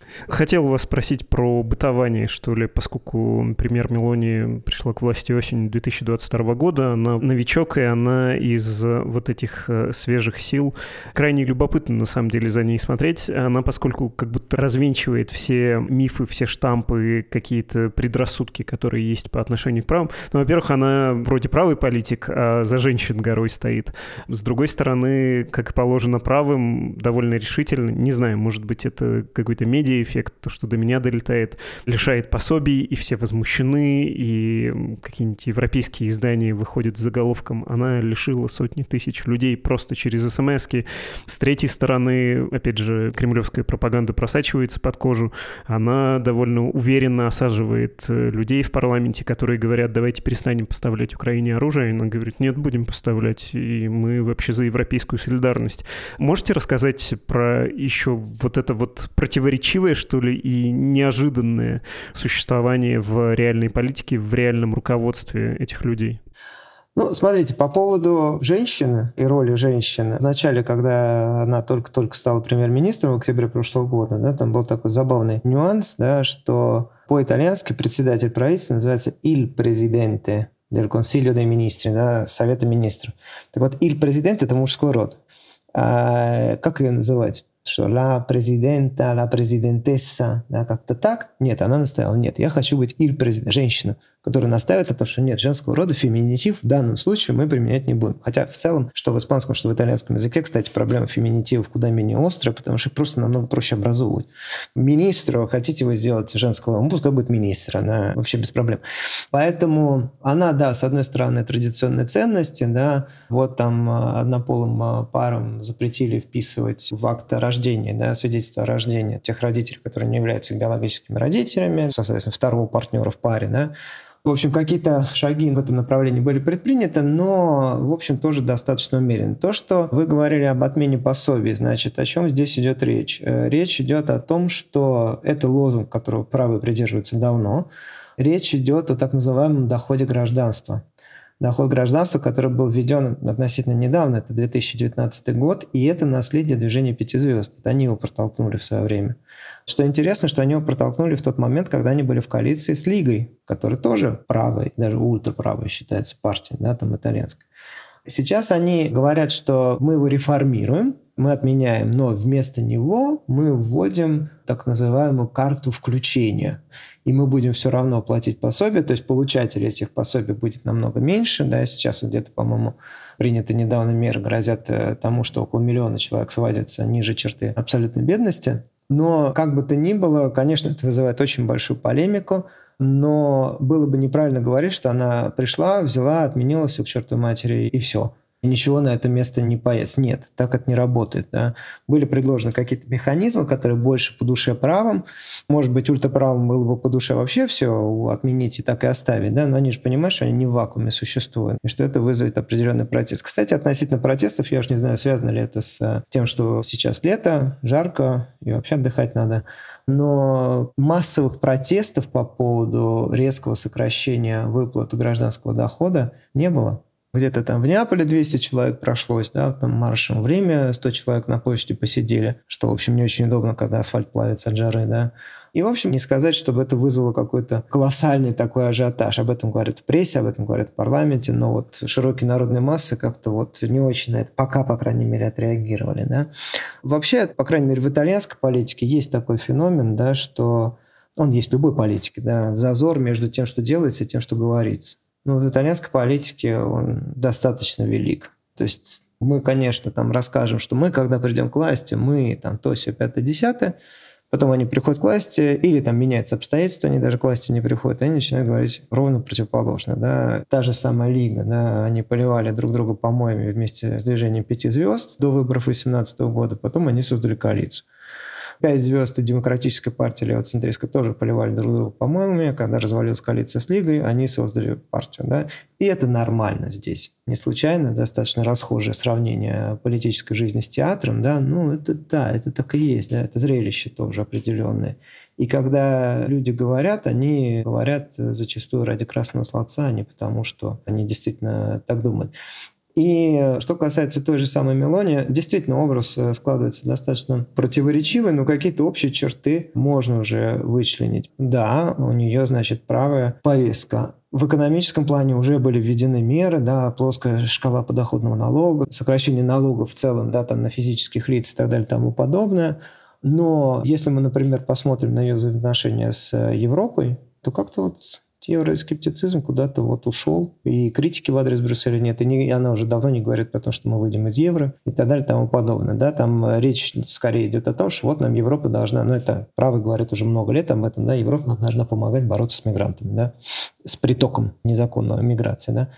Хотел вас спросить про бытование, что ли, поскольку премьер Мелони пришла к власти осенью 2022 года, она новичок, и она из вот этих свежих сил. Крайне любопытно, на самом деле, за ней смотреть. Она, поскольку как будто развенчивает все мифы, все штампы, какие-то предрассудки, которые есть по отношению к правам. Ну, во-первых, она вроде правый политик, а за женщин горой стоит. С другой стороны, как и положено правым, довольно решительно. Не знаю, может быть, это какой-то медиа-эффект, то, что до меня долетает, лишает пособий, и все возмущены, и какие-нибудь европейские издания выходят с заголовком «Она лишила сотни тысяч людей просто через СМС-ки». С третьей стороны, опять же, кремлевская пропаганда просачивается под кожу. Она довольно уверенно осаживает людей в парламенте, которые говорят: давайте перестанем поставлять Украине оружие. И она говорит: нет, будем поставлять, и мы вообще за европейскую солидарность. Можете рассказать про еще вот это вот противоречивое, что ли, и неожиданное существование в реальной политике, в реальном руководстве этих людей? Ну, смотрите, по поводу женщины и роли женщины. Вначале, когда она только-только стала премьер-министром в октябре прошлого года, да, там был такой забавный нюанс, да, что по-итальянски председатель правительства называется «il presidente del Consiglio dei Ministri», да, Совета министров. Так вот, «il presidente» — это мужской род. А как ее называть? Что «la президента», «la президентесса», да, как-то так? Нет, она настояла: нет, я хочу быть «il presidente», женщина, которая настаивает на том, что нет, женского рода феминитив в данном случае мы применять не будем. Хотя в целом, что в испанском, что в итальянском языке, кстати, проблема феминитивов куда менее острая, потому что их просто намного проще образовывать. Министру, хотите вы сделать женского, пускай будет министр, она вообще без проблем. Поэтому она, да, с одной стороны, традиционные ценности, да, вот там однополым парам запретили вписывать в акт рождения, да, свидетельство о рождении тех родителей, которые не являются биологическими родителями, соответственно, второго партнера в паре, да. В общем, какие-то шаги в этом направлении были предприняты, но, в общем, тоже достаточно умеренно. То, что вы говорили об отмене пособий, значит, о чем здесь идет речь? Речь идет о том, что это лозунг, которого правые придерживаются давно. Речь идет о так называемом доходе гражданства. Доход гражданства, который был введен относительно недавно, это 2019 год, и это наследие движения «Пяти звезд». Это они его протолкнули в свое время. Что интересно, что они его протолкнули в тот момент, когда они были в коалиции с Лигой, которая тоже правая, даже ультраправая считается партия, да, там итальянская. Сейчас они говорят, что мы его реформируем, мы отменяем, но вместо него мы вводим так называемую карту включения. И мы будем все равно платить пособие, то есть получателей этих пособий будет намного меньше. Да, сейчас где-то, по-моему, приняты недавно меры, грозят тому, что около 1 миллиона человек сводятся ниже черты абсолютной бедности. Но как бы то ни было, конечно, это вызывает очень большую полемику, но было бы неправильно говорить, что она пришла, взяла, отменила все к чертовой матери и все. И ничего на это место не появится. Нет, так это не работает. Да. Были предложены какие-то механизмы, которые больше по душе правым. Может быть, ультраправым было бы по душе вообще все отменить и так и оставить. Да? Но они же понимают, что они не в вакууме существуют. И что это вызовет определенный протест. Кстати, относительно протестов, я уж не знаю, связано ли это с тем, что сейчас лето, жарко и вообще отдыхать надо. Но массовых протестов по поводу резкого сокращения выплаты гражданского дохода не было. Где-то там в Неаполе 200 человек прошлось, да, там маршем в Риме 100 человек на площади посидели, что, в общем, не очень удобно, когда асфальт плавится от жары, да. И, в общем, не сказать, чтобы это вызвало какой-то колоссальный такой ажиотаж. Об этом говорят в прессе, об этом говорят в парламенте, но вот широкие народные массы как-то вот не очень на это пока, по крайней мере, отреагировали, да. Вообще, по крайней мере, в итальянской политике есть такой феномен, да, что он есть в любой политике, да, зазор между тем, что делается, и тем, что говорится. Но в итальянской политике он достаточно велик. То есть мы, конечно, там расскажем, что мы, когда придем к власти, мы там то, сё, 5-10, потом они приходят к власти, или там меняются обстоятельства, они даже к власти не приходят, они начинают говорить ровно противоположно. Да. Та же самая Лига, да, они поливали друг друга помоями вместе с движением «Пяти звезд» до выборов 2018 года, потом они создали коалицию. 5 звезд и Демократическая партия левоцентристская тоже поливали друг друга помоями. Когда развалилась коалиция с Лигой, они создали партию. Да? И это нормально здесь. Не случайно, достаточно расхожее сравнение политической жизни с театром. Да? Ну, это да, это так и есть. Да? Это зрелище тоже определенное. И когда люди говорят, они говорят зачастую ради красного словца, а не потому, что они действительно так думают. И что касается той же самой Мелони, действительно образ складывается достаточно противоречивый, но какие-то общие черты можно уже вычленить. Да, у нее, значит, правая повестка. В экономическом плане уже были введены меры, да, плоская шкала подоходного налога, сокращение налогов в целом, да, там на физических лиц и так далее и тому подобное. Но если мы, например, посмотрим на ее взаимоотношения с Европой, то как-то вот евроскептицизм куда-то вот ушел, и критики в адрес Брюсселя нет, и она уже давно не говорит про то, что мы выйдем из евро и так далее и тому подобное. Да? Там речь скорее идет о том, что вот нам Европа должна, это правые говорят уже много лет об этом, да, Европа нам должна помогать бороться с мигрантами, да, с притоком незаконной миграции, да.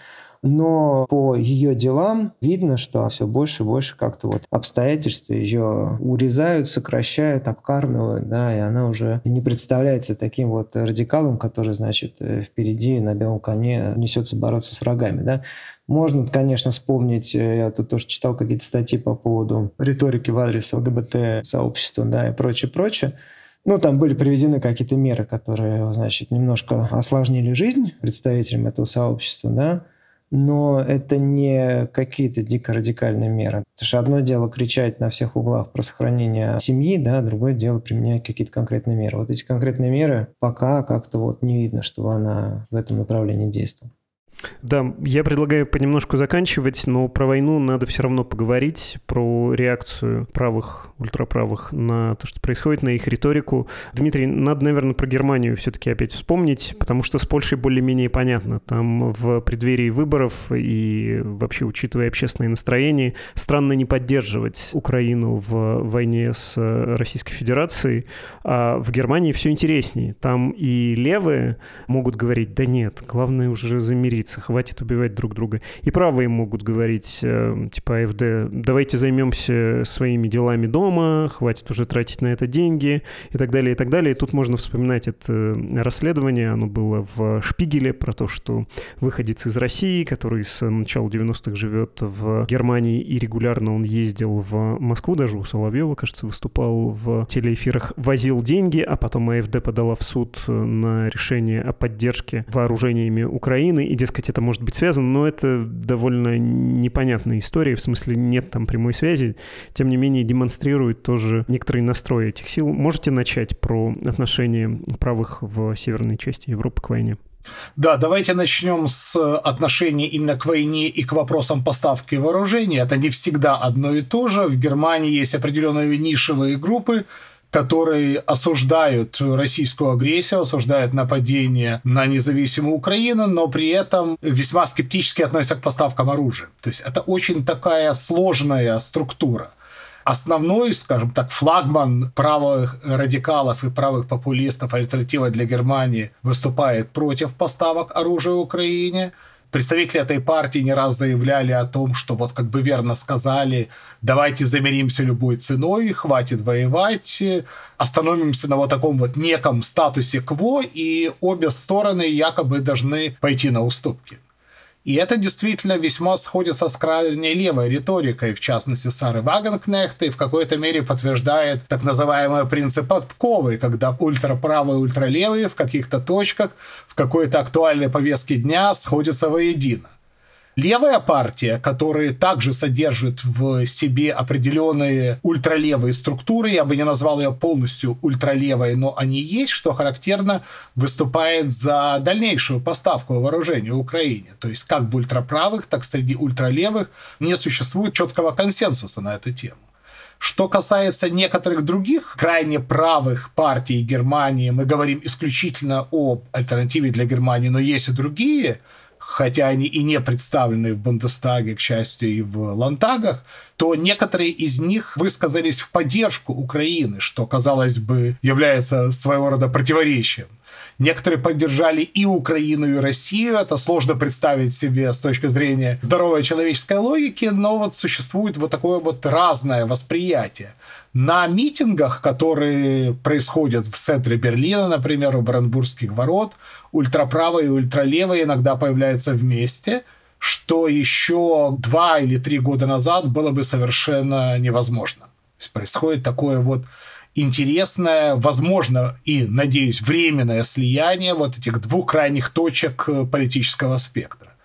Но по ее делам видно, что все больше и больше как-то вот обстоятельства ее урезают, сокращают, обкармливают, да, и она уже не представляется таким вот радикалом, который, значит, впереди на белом коне несется бороться с врагами, да. Можно, конечно, вспомнить, я тут тоже читал какие-то статьи по поводу риторики в адрес ЛГБТ-сообщества, да, и прочее. Там были приведены какие-то меры, которые, значит, немножко осложнили жизнь представителям этого сообщества, да, но это не какие-то дико радикальные меры. Потому что одно дело кричать на всех углах про сохранение семьи, да, другое дело применять какие-то конкретные меры. Вот эти конкретные меры пока как-то вот не видно, чтобы она в этом направлении действовала. Да, я предлагаю понемножку заканчивать, но про войну надо все равно поговорить, про реакцию правых, ультраправых на то, что происходит, на их риторику. Дмитрий, надо, наверное, про Германию все-таки опять вспомнить, потому что с Польшей более-менее понятно. Там в преддверии выборов и вообще, учитывая общественные настроения, странно не поддерживать Украину в войне с Российской Федерацией. А в Германии все интереснее. Там и левые могут говорить: да нет, главное уже замириться, хватит убивать друг друга. И правые могут говорить, типа АфД: давайте займемся своими делами дома, хватит уже тратить на это деньги, и так далее, и так далее. И тут можно вспоминать это расследование, оно было в «Шпигеле», про то, что выходец из России, который с начала 90-х живет в Германии, и регулярно он ездил в Москву, даже у Соловьева, кажется, выступал в телеэфирах, возил деньги, а потом АфД подала в суд на решение о поддержке вооружениями Украины, и, дескать, это может быть связано, но это довольно непонятная история, в смысле нет там прямой связи, тем не менее демонстрирует тоже некоторый настрой этих сил. Можете начать про отношение правых в северной части Европы к войне? Да, давайте начнем с отношения именно к войне и к вопросам поставки вооружений. Это не всегда одно и то же. В Германии есть определенные нишевые группы, которые осуждают российскую агрессию, осуждают нападение на независимую Украину, но при этом весьма скептически относятся к поставкам оружия. То есть это очень такая сложная структура. Основной, скажем так, флагман правых радикалов и правых популистов, альтернатива для Германии, выступает против поставок оружия Украине. Представители этой партии не раз заявляли о том, что, вот как вы верно сказали, давайте замиримся любой ценой, хватит воевать, остановимся на вот таком вот неком статусе кво, и обе стороны якобы должны пойти на уступки. И это действительно весьма сходится с крайней левой риторикой, в частности, Сары Вагенкнехта, и в какой-то мере подтверждает так называемый принцип подковы, когда ультраправые и ультралевые в каких-то точках, в какой-то актуальной повестке дня сходятся воедино. Левая партия, которая также содержит в себе определенные ультралевые структуры, я бы не назвал ее полностью ультралевой, но они есть, что характерно, выступает за дальнейшую поставку вооружения Украине. То есть как в ультраправых, так и среди ультралевых не существует четкого консенсуса на эту тему. Что касается некоторых других крайне правых партий Германии, мы говорим исключительно об альтернативе для Германии, но есть и другие, хотя они и не представлены в Бундестаге, к счастью, и в Ландтагах, то некоторые из них высказались в поддержку Украины, что, казалось бы, является своего рода противоречием. Некоторые поддержали и Украину, и Россию. Это сложно представить себе с точки зрения здоровой человеческой логики, но вот существует вот такое вот разное восприятие. На митингах, которые происходят в центре Берлина, например, у Бранденбургских ворот, ультраправые и ультралевые иногда появляются вместе, что еще 2 или 3 года назад было бы совершенно невозможно. То есть происходит такое вот интересное, возможно, и, надеюсь, временное слияние вот этих двух крайних точек политического спектра.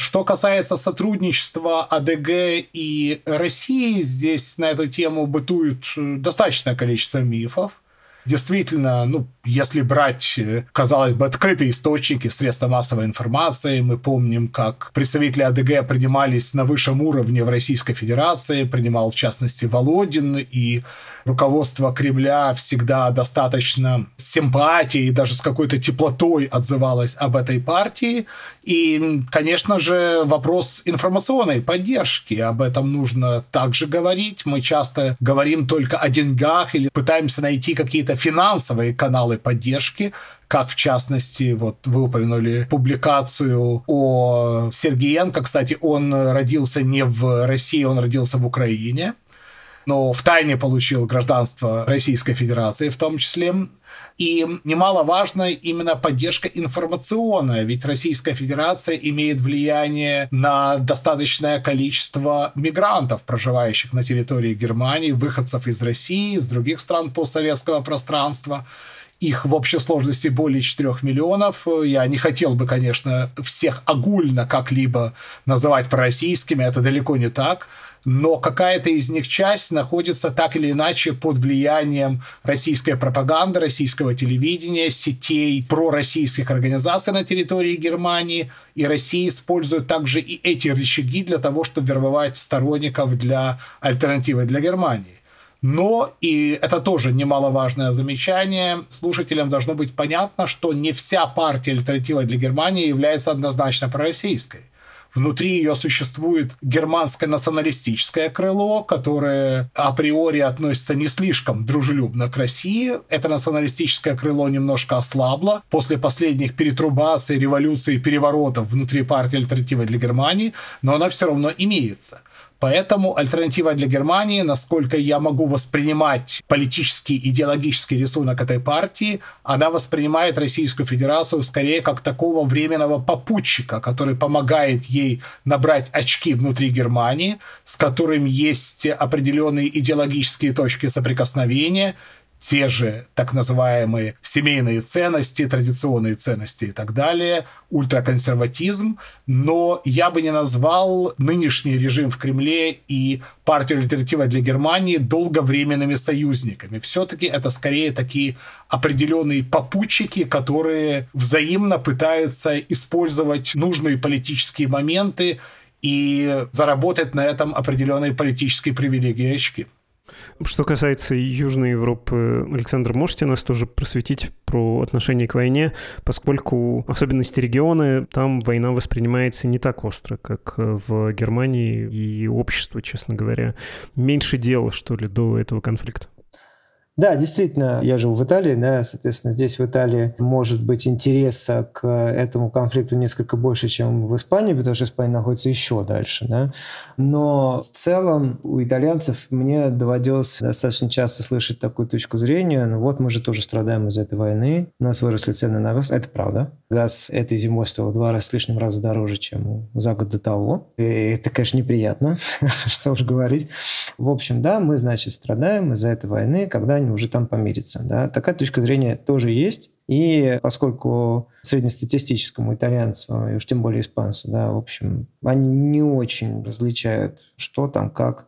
Что касается сотрудничества АДГ и России, здесь на эту тему бытует достаточное количество мифов. Действительно, если брать, казалось бы, открытые источники, средства массовой информации, мы помним, как представители АДГ принимались на высшем уровне в Российской Федерации, принимал, в частности, Володин, и руководство Кремля всегда достаточно с симпатией и даже с какой-то теплотой отзывалось об этой партии. И, конечно же, вопрос информационной поддержки. Об этом нужно также говорить. Мы часто говорим только о деньгах или пытаемся найти какие-то финансовые каналы поддержки, как, в частности, вот вы упомянули публикацию о Сергеенко. Кстати, он родился не в России, он родился в Украине, но втайне получил гражданство Российской Федерации в том числе. И немаловажна именно поддержка информационная, ведь Российская Федерация имеет влияние на достаточное количество мигрантов, проживающих на территории Германии, выходцев из России, из других стран постсоветского пространства. Их в общей сложности более 4 миллионов. Я не хотел бы, конечно, всех огульно как-либо называть пророссийскими, это далеко не так. Но какая-то из них часть находится так или иначе под влиянием российской пропаганды, российского телевидения, сетей пророссийских организаций на территории Германии. И Россия использует также и эти рычаги для того, чтобы вербовать сторонников для альтернативы для Германии. Но, и это тоже немаловажное замечание, слушателям должно быть понятно, что не вся партия «Альтернатива для Германии» является однозначно пророссийской. Внутри ее существует германское националистическое крыло, которое априори относится не слишком дружелюбно к России. Это националистическое крыло немножко ослабло после последних перетрубаций, революций и переворотов внутри партии «Альтернатива для Германии», но она все равно имеется. Поэтому «Альтернатива для Германии», насколько я могу воспринимать политический, идеологический рисунок этой партии, она воспринимает Российскую Федерацию скорее как такого временного попутчика, который помогает ей набрать очки внутри Германии, с которым есть определенные идеологические точки соприкосновения, те же так называемые семейные ценности, традиционные ценности и так далее, ультраконсерватизм, но я бы не назвал нынешний режим в Кремле и партию «Альтернатива для Германии» долговременными союзниками. Все-таки это скорее такие определенные попутчики, которые взаимно пытаются использовать нужные политические моменты и заработать на этом определенные политические привилегии и очки. Что касается Южной Европы, Александр, можете нас тоже просветить про отношение к войне, поскольку особенности региона, там война воспринимается не так остро, как в Германии, и общество, честно говоря, меньше дела, что ли, до этого конфликта? Да, действительно, я живу в Италии, да, соответственно, здесь в Италии может быть интереса к этому конфликту несколько больше, чем в Испании, потому что Испания находится еще дальше, да. Но в целом у итальянцев мне доводилось достаточно часто слышать такую точку зрения: ну вот мы же тоже страдаем из этой войны, у нас выросли цены на газ, это правда. Газ этой зимой стоил 2 раза с лишним раза дороже, чем за год до того. И это, конечно, неприятно, что уж говорить. В общем, да, мы, значит, страдаем из-за этой войны, когда они уже там помирятся. Да? Такая точка зрения тоже есть. И поскольку среднестатистическому итальянцу, и уж тем более испанцу, да, в общем, они не очень различают, что там, как,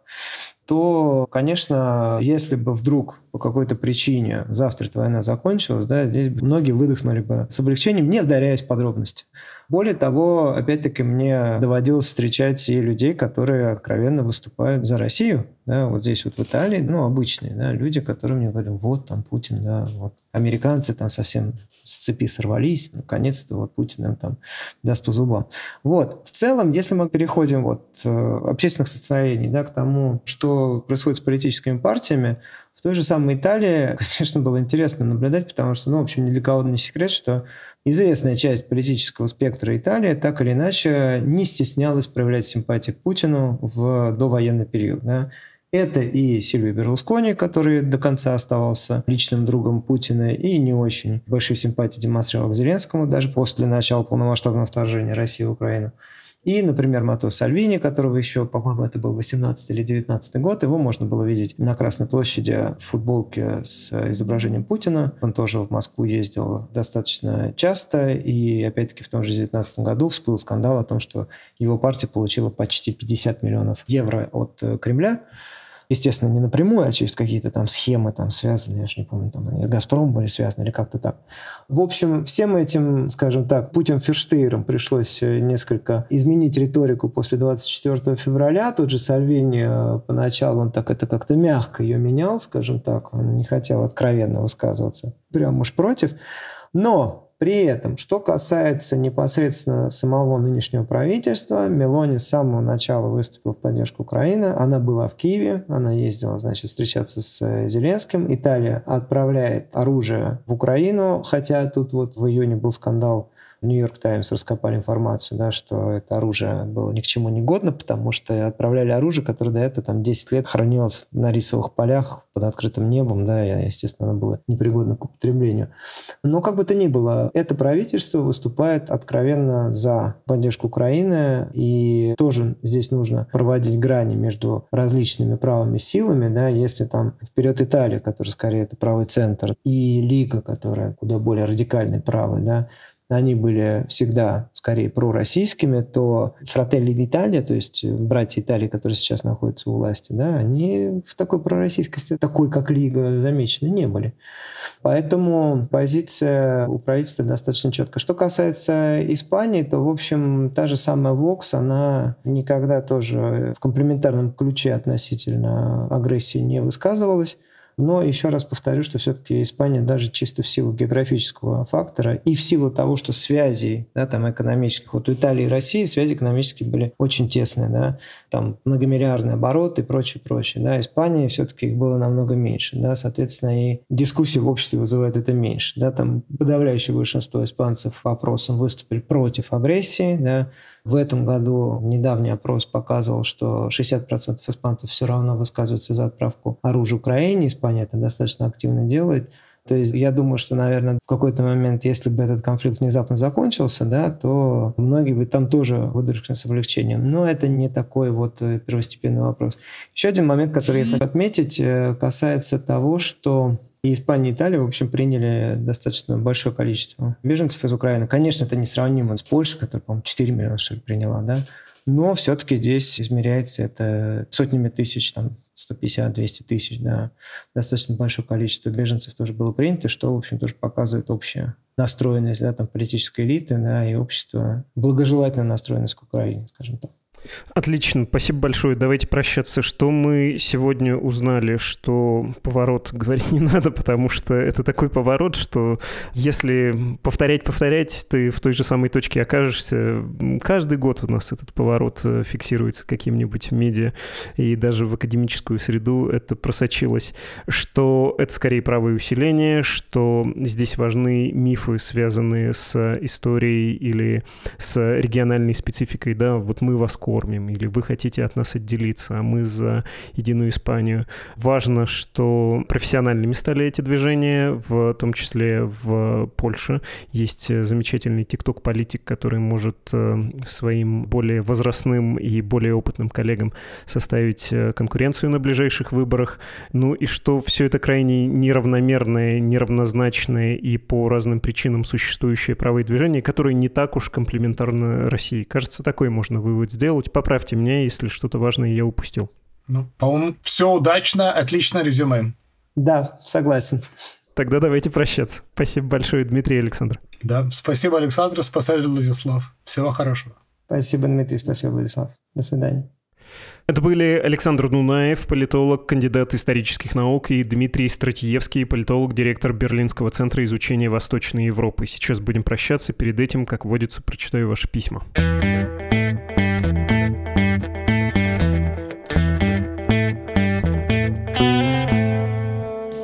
то, конечно, если бы вдруг по какой-то причине завтра эта война закончилась, да, здесь многие выдохнули бы с облегчением, не вдаряясь в подробности. Более того, опять-таки, мне доводилось встречать и людей, которые откровенно выступают за Россию. Да, вот здесь вот в Италии, ну, обычные, да, люди, которые мне говорят: вот там Путин, да, вот американцы там совсем с цепи сорвались, наконец-то вот Путин им там даст по зубам. Вот, в целом, если мы переходим от общественных состояний, да, к тому, что происходит с политическими партиями, в той же самой Италии, конечно, было интересно наблюдать, потому что, ну, в общем, ни для кого не секрет, что известная часть политического спектра Италии так или иначе не стеснялась проявлять симпатии к Путину в довоенный период. Да. Это и Сильвио Берлускони, который до конца оставался личным другом Путина и не очень большие симпатии демонстрировал к Зеленскому даже после начала полномасштабного вторжения России в Украину. И, например, Маттео Сальвини, которого еще, по-моему, это был 18 или 19 год, его можно было видеть на Красной площади в футболке с изображением Путина. Он тоже в Москву ездил достаточно часто, и, опять-таки, в том же 19 году всплыл скандал о том, что его партия получила почти 50 миллионов евро от Кремля. Естественно, не напрямую, а через какие-то там схемы там связанные, я же не помню, там с «Газпромом» были связаны или как-то так. В общем, всем этим, скажем так, путем-ферштейром пришлось несколько изменить риторику после 24 февраля. Тот же Сальвини поначалу, он так это как-то мягко ее менял, скажем так, он не хотел откровенно высказываться прям уж против. Но при этом, что касается непосредственно самого нынешнего правительства, Мелони с самого начала выступила в поддержку Украины. Она была в Киеве, она ездила, значит, встречаться с Зеленским. Италия отправляет оружие в Украину, хотя тут вот в июне был скандал. Нью-Йорк Таймс раскопали информацию, да, что это оружие было ни к чему не годно, потому что отправляли оружие, которое до этого там 10 лет хранилось на рисовых полях под открытым небом, да, и, естественно, оно было непригодно к употреблению. Но как бы то ни было, это правительство выступает откровенно за поддержку Украины, и тоже здесь нужно проводить грани между различными правыми силами, да, если там вперед Италия, которая скорее это правый центр, и Лига, которая куда более радикальный правый, да, они были всегда скорее пророссийскими, то Fratelli d'Italia, то есть братья Италии, которые сейчас находятся у власти, да, они в такой пророссийскости, такой как Лига, замечены не были. Поэтому позиция у правительства достаточно четкая. Что касается Испании, то, в общем, та же самая Vox, она никогда тоже в комплиментарном ключе относительно агрессии не высказывалась. Но еще раз повторю, что все-таки Испания даже чисто в силу географического фактора и в силу того, что связей, да, там экономических, вот у Италии и России связи экономические были очень тесные, да, там многомиллиардный оборот и прочее, да, Испании все-таки их было намного меньше, да, соответственно, и дискуссии в обществе вызывают это меньше, да, там подавляющее большинство испанцев вопросом выступили против агрессии, да. В этом году недавний опрос показывал, что 60% испанцев все равно высказываются за отправку оружия Украине. Испания это достаточно активно делает. То есть я думаю, что, наверное, в какой-то момент, если бы этот конфликт внезапно закончился, да, то многие бы там тоже выдохнули с облегчением. Но это не такой вот первостепенный вопрос. Еще один момент, который я хочу отметить, касается того, что и Испания, и Италия, в общем, приняли достаточно большое количество беженцев из Украины. Конечно, это несравнимо с Польшей, которая, по-моему, 4 миллиона, что ли, приняла, да? Но все-таки здесь измеряется это сотнями тысяч, там, 150-200 тысяч, да. Достаточно большое количество беженцев тоже было принято, что, в общем, тоже показывает общую настроенность, да, там, политической элиты, да, и общество, благожелательную настроенность к Украине, скажем так. Отлично, спасибо большое. Давайте прощаться. Что мы сегодня узнали, что поворот говорить не надо, потому что это такой поворот, что если повторять, ты в той же самой точке окажешься. Каждый год у нас этот поворот фиксируется каким-нибудь медиа, и даже в академическую среду это просочилось, что это скорее правое усиление, что здесь важны мифы, связанные с историей или с региональной спецификой. Да, вот мы вас кормим, или вы хотите от нас отделиться, а мы за единую Испанию. Важно, что профессиональными стали эти движения, в том числе в Польше. Есть замечательный тикток-политик, который может своим более возрастным и более опытным коллегам составить конкуренцию на ближайших выборах. Ну и что все это крайне неравномерное, неравнозначное и по разным причинам существующее правое движение, которое не так уж комплементарно России. Кажется, такой можно вывод сделать. Поправьте меня, если что-то важное я упустил. Ну, по-моему, все удачно, отлично резюме. Да, согласен. Тогда давайте прощаться. Спасибо большое, Дмитрий и Александр. Да, спасибо, Александр, спасибо, Владислав. Всего хорошего. Спасибо, Дмитрий, спасибо, Владислав. До свидания. Это были Александр Нунаев, политолог, кандидат исторических наук, и Дмитрий Стратиевский, политолог, директор Берлинского центра изучения Восточной Европы. Сейчас будем прощаться. Перед этим, как водится, прочитаю ваши письма.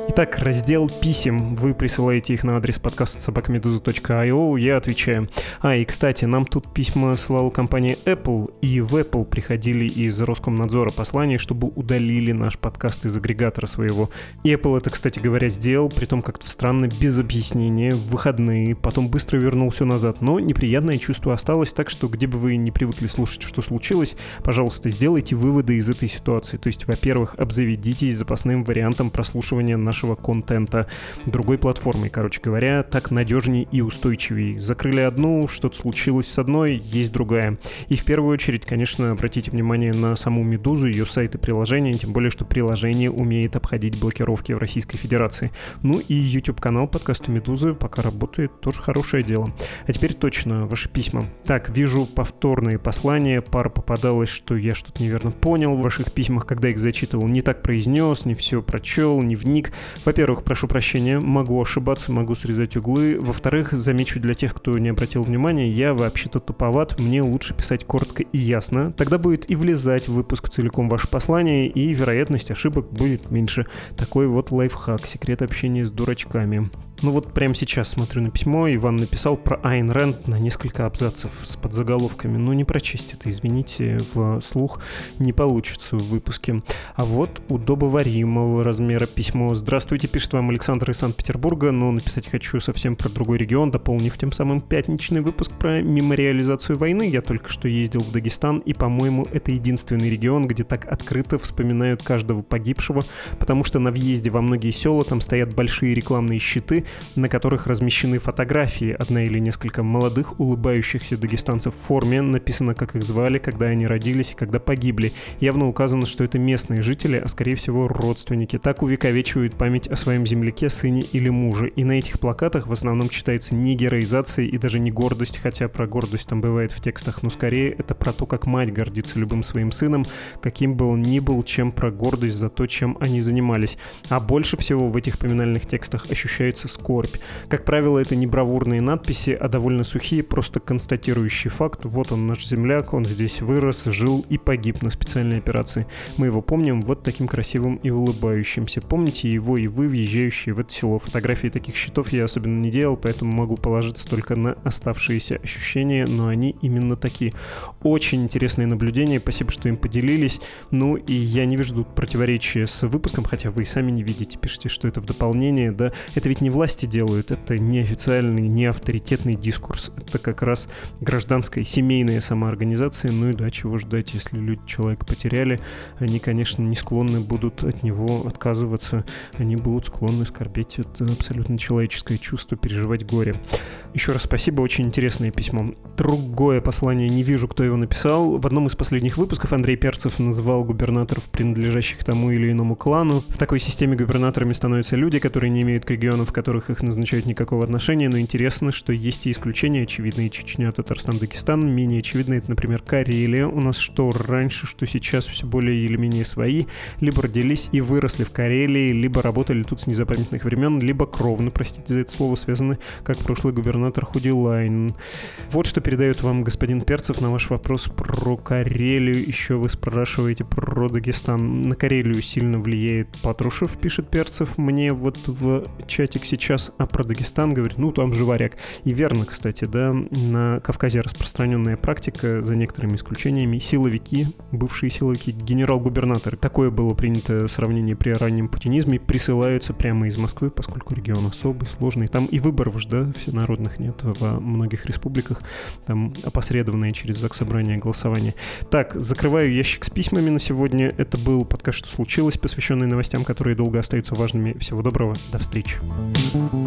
Итак, раздел писем. Вы присылаете их на адрес подкаста собакамедуза.io, я отвечаю. И, кстати, нам тут письма слала компания Apple, и в Apple приходили из Роскомнадзора послания, чтобы удалили наш подкаст из агрегатора своего. И Apple это, кстати говоря, сделал, притом как-то странно, без объяснения, в выходные, потом быстро вернул все назад. Но неприятное чувство осталось, так что где бы вы не привыкли слушать, что случилось, пожалуйста, сделайте выводы из этой ситуации. То есть, во-первых, обзаведитесь запасным вариантом прослушивания нашего контента другой платформой. Короче говоря, так надежнее и устойчивее. Закрыли одну, что-то случилось с одной, есть другая. И в первую очередь, конечно, обратите внимание на саму «Медузу», ее сайт и приложение, тем более, что приложение умеет обходить блокировки в Российской Федерации. Ну и YouTube-канал подкаста «Медузы» пока работает, тоже хорошее дело. А теперь точно ваши письма. Так, вижу повторные послания, пара попадалась, что я что-то неверно понял в ваших письмах, когда их зачитывал, не так произнес, не все прочел, не вник. Во-первых, прошу прощения, могу ошибаться, могу срезать углы. Во-вторых, замечу для тех, кто не обратил внимания, я вообще-то туповат, мне лучше писать коротко и ясно. Тогда будет и влезать в выпуск целиком ваше послание, и вероятность ошибок будет меньше. Такой вот лайфхак, секрет общения с дурачками. Ну вот прямо сейчас смотрю на письмо, Иван написал про Айн Рэнд на несколько абзацев с подзаголовками. Ну не прочесть это, извините, вслух не получится в выпуске. А вот удобоваримого размера письмо. «Здравствуйте», пишет вам Александр из Санкт-Петербурга, но написать хочу совсем про другой регион, дополнив тем самым пятничный выпуск про мемориализацию войны. Я только что ездил в Дагестан, и, по-моему, это единственный регион, где так открыто вспоминают каждого погибшего, потому что на въезде во многие села там стоят большие рекламные щиты, на которых размещены фотографии. Одна или несколько молодых, улыбающихся дагестанцев в форме. Написано, как их звали, когда они родились и когда погибли. Явно указано, что это местные жители, а скорее всего родственники. Так увековечивают память о своем земляке, сыне или муже. И на этих плакатах в основном читается не героизация и даже не гордость, хотя про гордость там бывает в текстах, но скорее это про то, как мать гордится любым своим сыном, каким бы он ни был, чем про гордость за то, чем они занимались. А больше всего в этих поминальных текстах ощущается скорбь. Как правило, это не бравурные надписи, а довольно сухие, просто констатирующие факт. Вот он, наш земляк, он здесь вырос, жил и погиб на специальной операции. Мы его помним вот таким красивым и улыбающимся. Помните его и вы, въезжающие в это село. Фотографии таких щитов я особенно не делал, поэтому могу положиться только на оставшиеся ощущения, но они именно такие. Очень интересные наблюдения, спасибо, что им поделились. Ну и я не вижу тут противоречия с выпуском, хотя вы и сами не видите, пишите, что это в дополнение, да. Это ведь не власти делают, это не официальный, не авторитетный дискурс, это как раз гражданская, семейная самоорганизация. Ну и да, чего ждать, если люди человека потеряли, они, конечно, не склонны будут от него отказываться, они будут склонны скорбеть, это абсолютно человеческое чувство, переживать горе. Еще раз спасибо, очень интересное письмо. Другое послание, не вижу, кто его написал. В одном из последних выпусков Андрей Перцев называл губернаторов, принадлежащих тому или иному клану. В такой системе губернаторами становятся люди, которые не имеют к региону, в которых их назначают, никакого отношения, но интересно, что есть и исключения, очевидные: Чечня, Татарстан, Дагестан. Менее очевидно, это, например, Карелия. У нас что раньше, что сейчас все более или менее свои. Либо родились и выросли в Карелии, либо работали тут с незапамятных времен, либо кровно, простите за это слово, связаны, как прошлый губернатор Худилайн. Вот что передает вам господин Перцев на ваш вопрос про Карелию. Еще вы спрашиваете про Дагестан. На Карелию сильно влияет Патрушев, пишет Перцев мне вот в чатик сейчас, а про Дагестан говорит, ну там же варяг. И верно, кстати, да, на Кавказе распространенная практика, за некоторыми исключениями, силовики, бывшие силовики, генерал-губернаторы, такое было принято сравнение при раннем путинизме, присылаются прямо из Москвы, поскольку регион особый, сложный. Там и выборов же, да, всенародных нет во многих республиках, там опосредованное через Заксобрание голосование. Так, закрываю ящик с письмами на сегодня. Это был подкаст «Что случилось?», посвященный новостям, которые долго остаются важными. Всего доброго, до встречи.